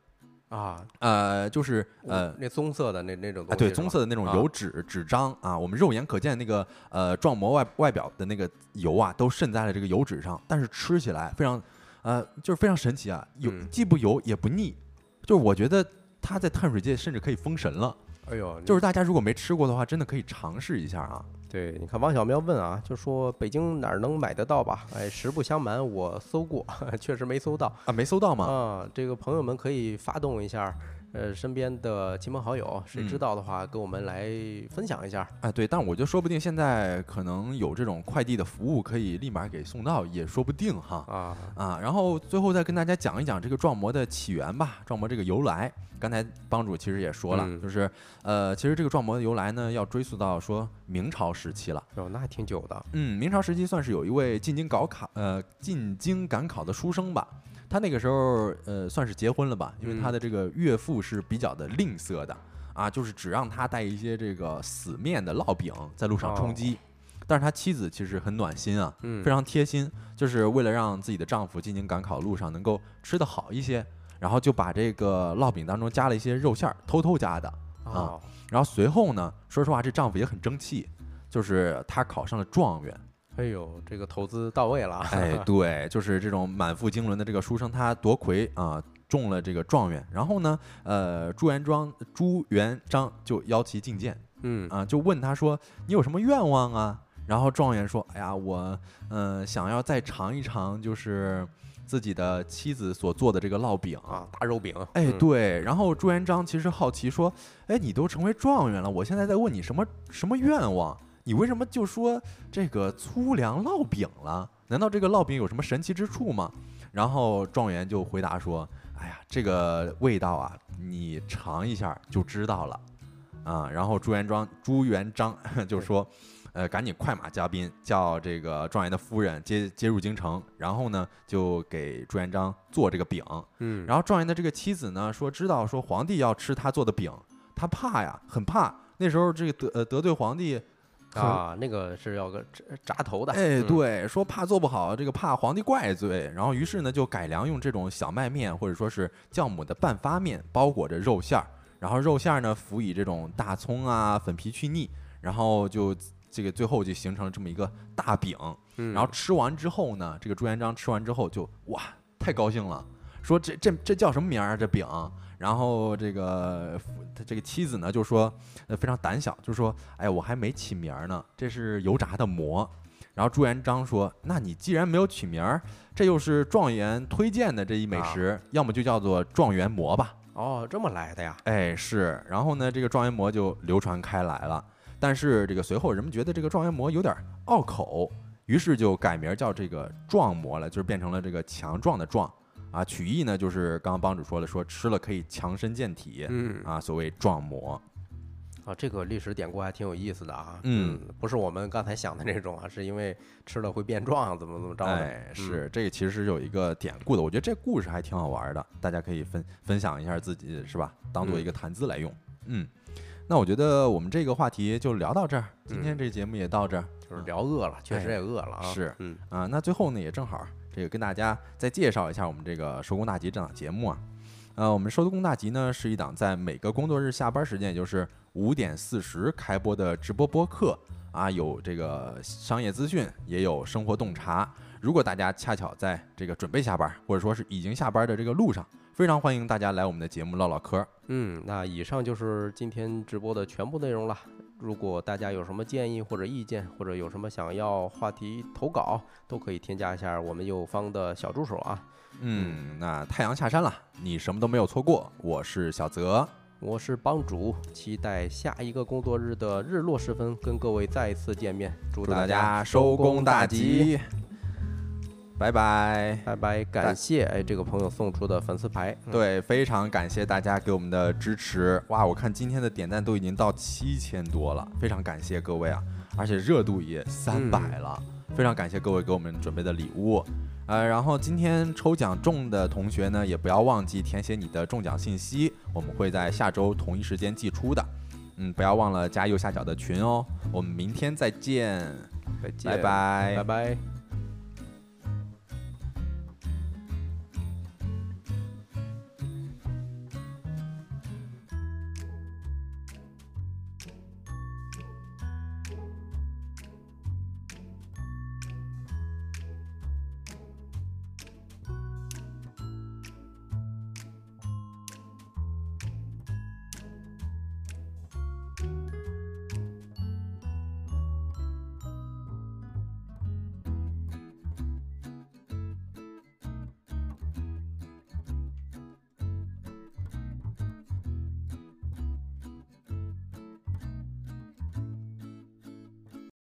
啊， 呃，就是呃那棕色的那那种东西、 啊，对，棕色的那种油脂、啊、纸张啊，我们肉眼可见那个呃状膜外外表的那个油啊，都渗在了这个油脂上，但是吃起来非常呃就是非常神奇啊，油既不油也不腻，就是我觉得它在碳水界甚至可以封神了。 哎呦， 就是大家如果没吃过的话，真的可以尝试一下啊。 对，你看王小喵问啊，就说北京哪儿能买得到吧？哎，实不相瞒，我搜过，确实没搜到啊，没搜到吗？ 啊，这个朋友们可以发动一下，呃，身边的亲朋好友，谁知道的话，跟我们来分享一下。 哎，对，但我觉得说不定现在可能有这种快递的服务，可以立马给送到，也说不定哈。 啊啊，然后最后再跟大家讲一讲这个撞膜的起源吧，撞膜这个由来。刚才帮主其实也说了， 嗯、 就是呃，其实这个撞膜的由来呢，要追溯到说明朝时期了。 哦，那还挺久的。 嗯，明朝时期算是有一位进京赶考，呃，进京赶考的书生吧。他那个时候呃算是结婚了吧，因为他的这个岳父是比较的吝啬的啊，就是只让他带一些这个死面的烙饼在路上充饥。哦，但是他妻子其实很暖心啊， 嗯， 非常贴心，就是为了让自己的丈夫进京赶考路上能够吃得好一些。然后就把这个烙饼当中加了一些肉馅儿，偷偷加的啊。 哦， 然后随后呢，说实话，这丈夫也很争气，就是他考上了状元。 哎呦，这个投资到位了。 哎，对，就是这种满腹经纶的这个书生，他夺魁啊，中了这个状元。然后呢，呃，朱元璋朱元璋就邀其觐见， 嗯啊，就问他说：“你有什么愿望啊？”然后状元说：“哎呀，我嗯、呃、想要再尝一尝，就是自己的妻子所做的这个烙饼啊，大肉饼。” 哎， 嗯、 对。然后朱元璋其实好奇说：“哎，你都成为状元了，我现在在问你什么什么愿望？你为什么就说这个粗粮烙饼了？难道这个烙饼有什么神奇之处吗？”然后状元就回答说：“哎呀，这个味道啊，你尝一下就知道了。”啊，然后朱元璋朱元璋就说。呃，赶紧快马加鞭，叫这个状元的夫人接接入京城，然后呢，就给朱元璋做这个饼。 嗯， 然后状元的这个妻子呢，说知道说皇帝要吃他做的饼，他怕呀，很怕。那时候这个得呃得罪皇帝啊，那个是要个扎头的。 哎， 嗯、 对，说怕做不好，这个怕皇帝怪罪。然后于是呢，就改良用这种小麦面或者说是酵母的半发面包裹着肉馅儿，然后肉馅儿呢辅以这种大葱啊、粉皮去腻，然后就。这个最后就形成了这么一个大饼， 嗯、 然后吃完之后呢，这个朱元璋吃完之后就哇太高兴了，说这这这叫什么名儿啊这饼？然后这个他这个妻子呢就说呃非常胆小，就说哎我还没起名儿呢，这是油炸的馍。然后朱元璋说，那你既然没有取名儿，这又是状元推荐的这一美食，啊、要么就叫做状元馍吧。 哦，这么来的呀？ 哎是，然后呢这个状元馍就流传开来了。但是这个随后人们觉得这个状元馍有点拗口，于是就改名叫这个壮馍了，就是变成了这个强壮的壮啊，取意呢就是刚刚帮主说了，说吃了可以强身健体， 嗯啊，所谓壮馍。 啊，这个历史典故还挺有意思的啊， 嗯， 嗯不是我们刚才想的那种啊，是因为吃了会变壮，怎么怎么着的？ 哎，是、嗯、这个其实是有一个典故的，我觉得这故事还挺好玩的，大家可以分分享一下自己是吧，当做一个谈资来用，嗯。嗯那我觉得我们这个话题就聊到这儿，今天这个节目也到这儿， 嗯、就是聊饿了，确实也饿了啊。 是， 嗯啊，那最后呢也正好这个跟大家再介绍一下我们这个收工大吉这档节目啊。呃，我们收工大吉呢是一档在每个工作日下班时间，也就是五点四十开播的直播播客啊，有这个商业资讯，也有生活洞察。如果大家恰巧在这个准备下班，或者说是已经下班的这个路上，非常欢迎大家来我们的节目唠唠嗑。 嗯，那以上就是今天直播的全部内容了。如果大家有什么建议或者意见，或者有什么想要话题投稿，都可以添加一下我们右方的小助手啊。 嗯，那太阳下山了，你什么都没有错过。我是小泽， 我是帮主，期待下一个工作日的日落时分跟各位再次见面。祝大家收工大吉。拜拜拜拜，感谢哎这个朋友送出的粉丝牌， 对，非常感谢大家给我们的支持。哇，我看今天的点赞都已经到七千多了，非常感谢各位啊，而且热度也三百了，嗯、非常感谢各位给我们准备的礼物。呃，然后今天抽奖中的同学呢，也不要忘记填写你的中奖信息，我们会在下周同一时间寄出的。嗯，不要忘了加右下角的群哦。我们明天再见， 再见， 拜拜， 拜拜。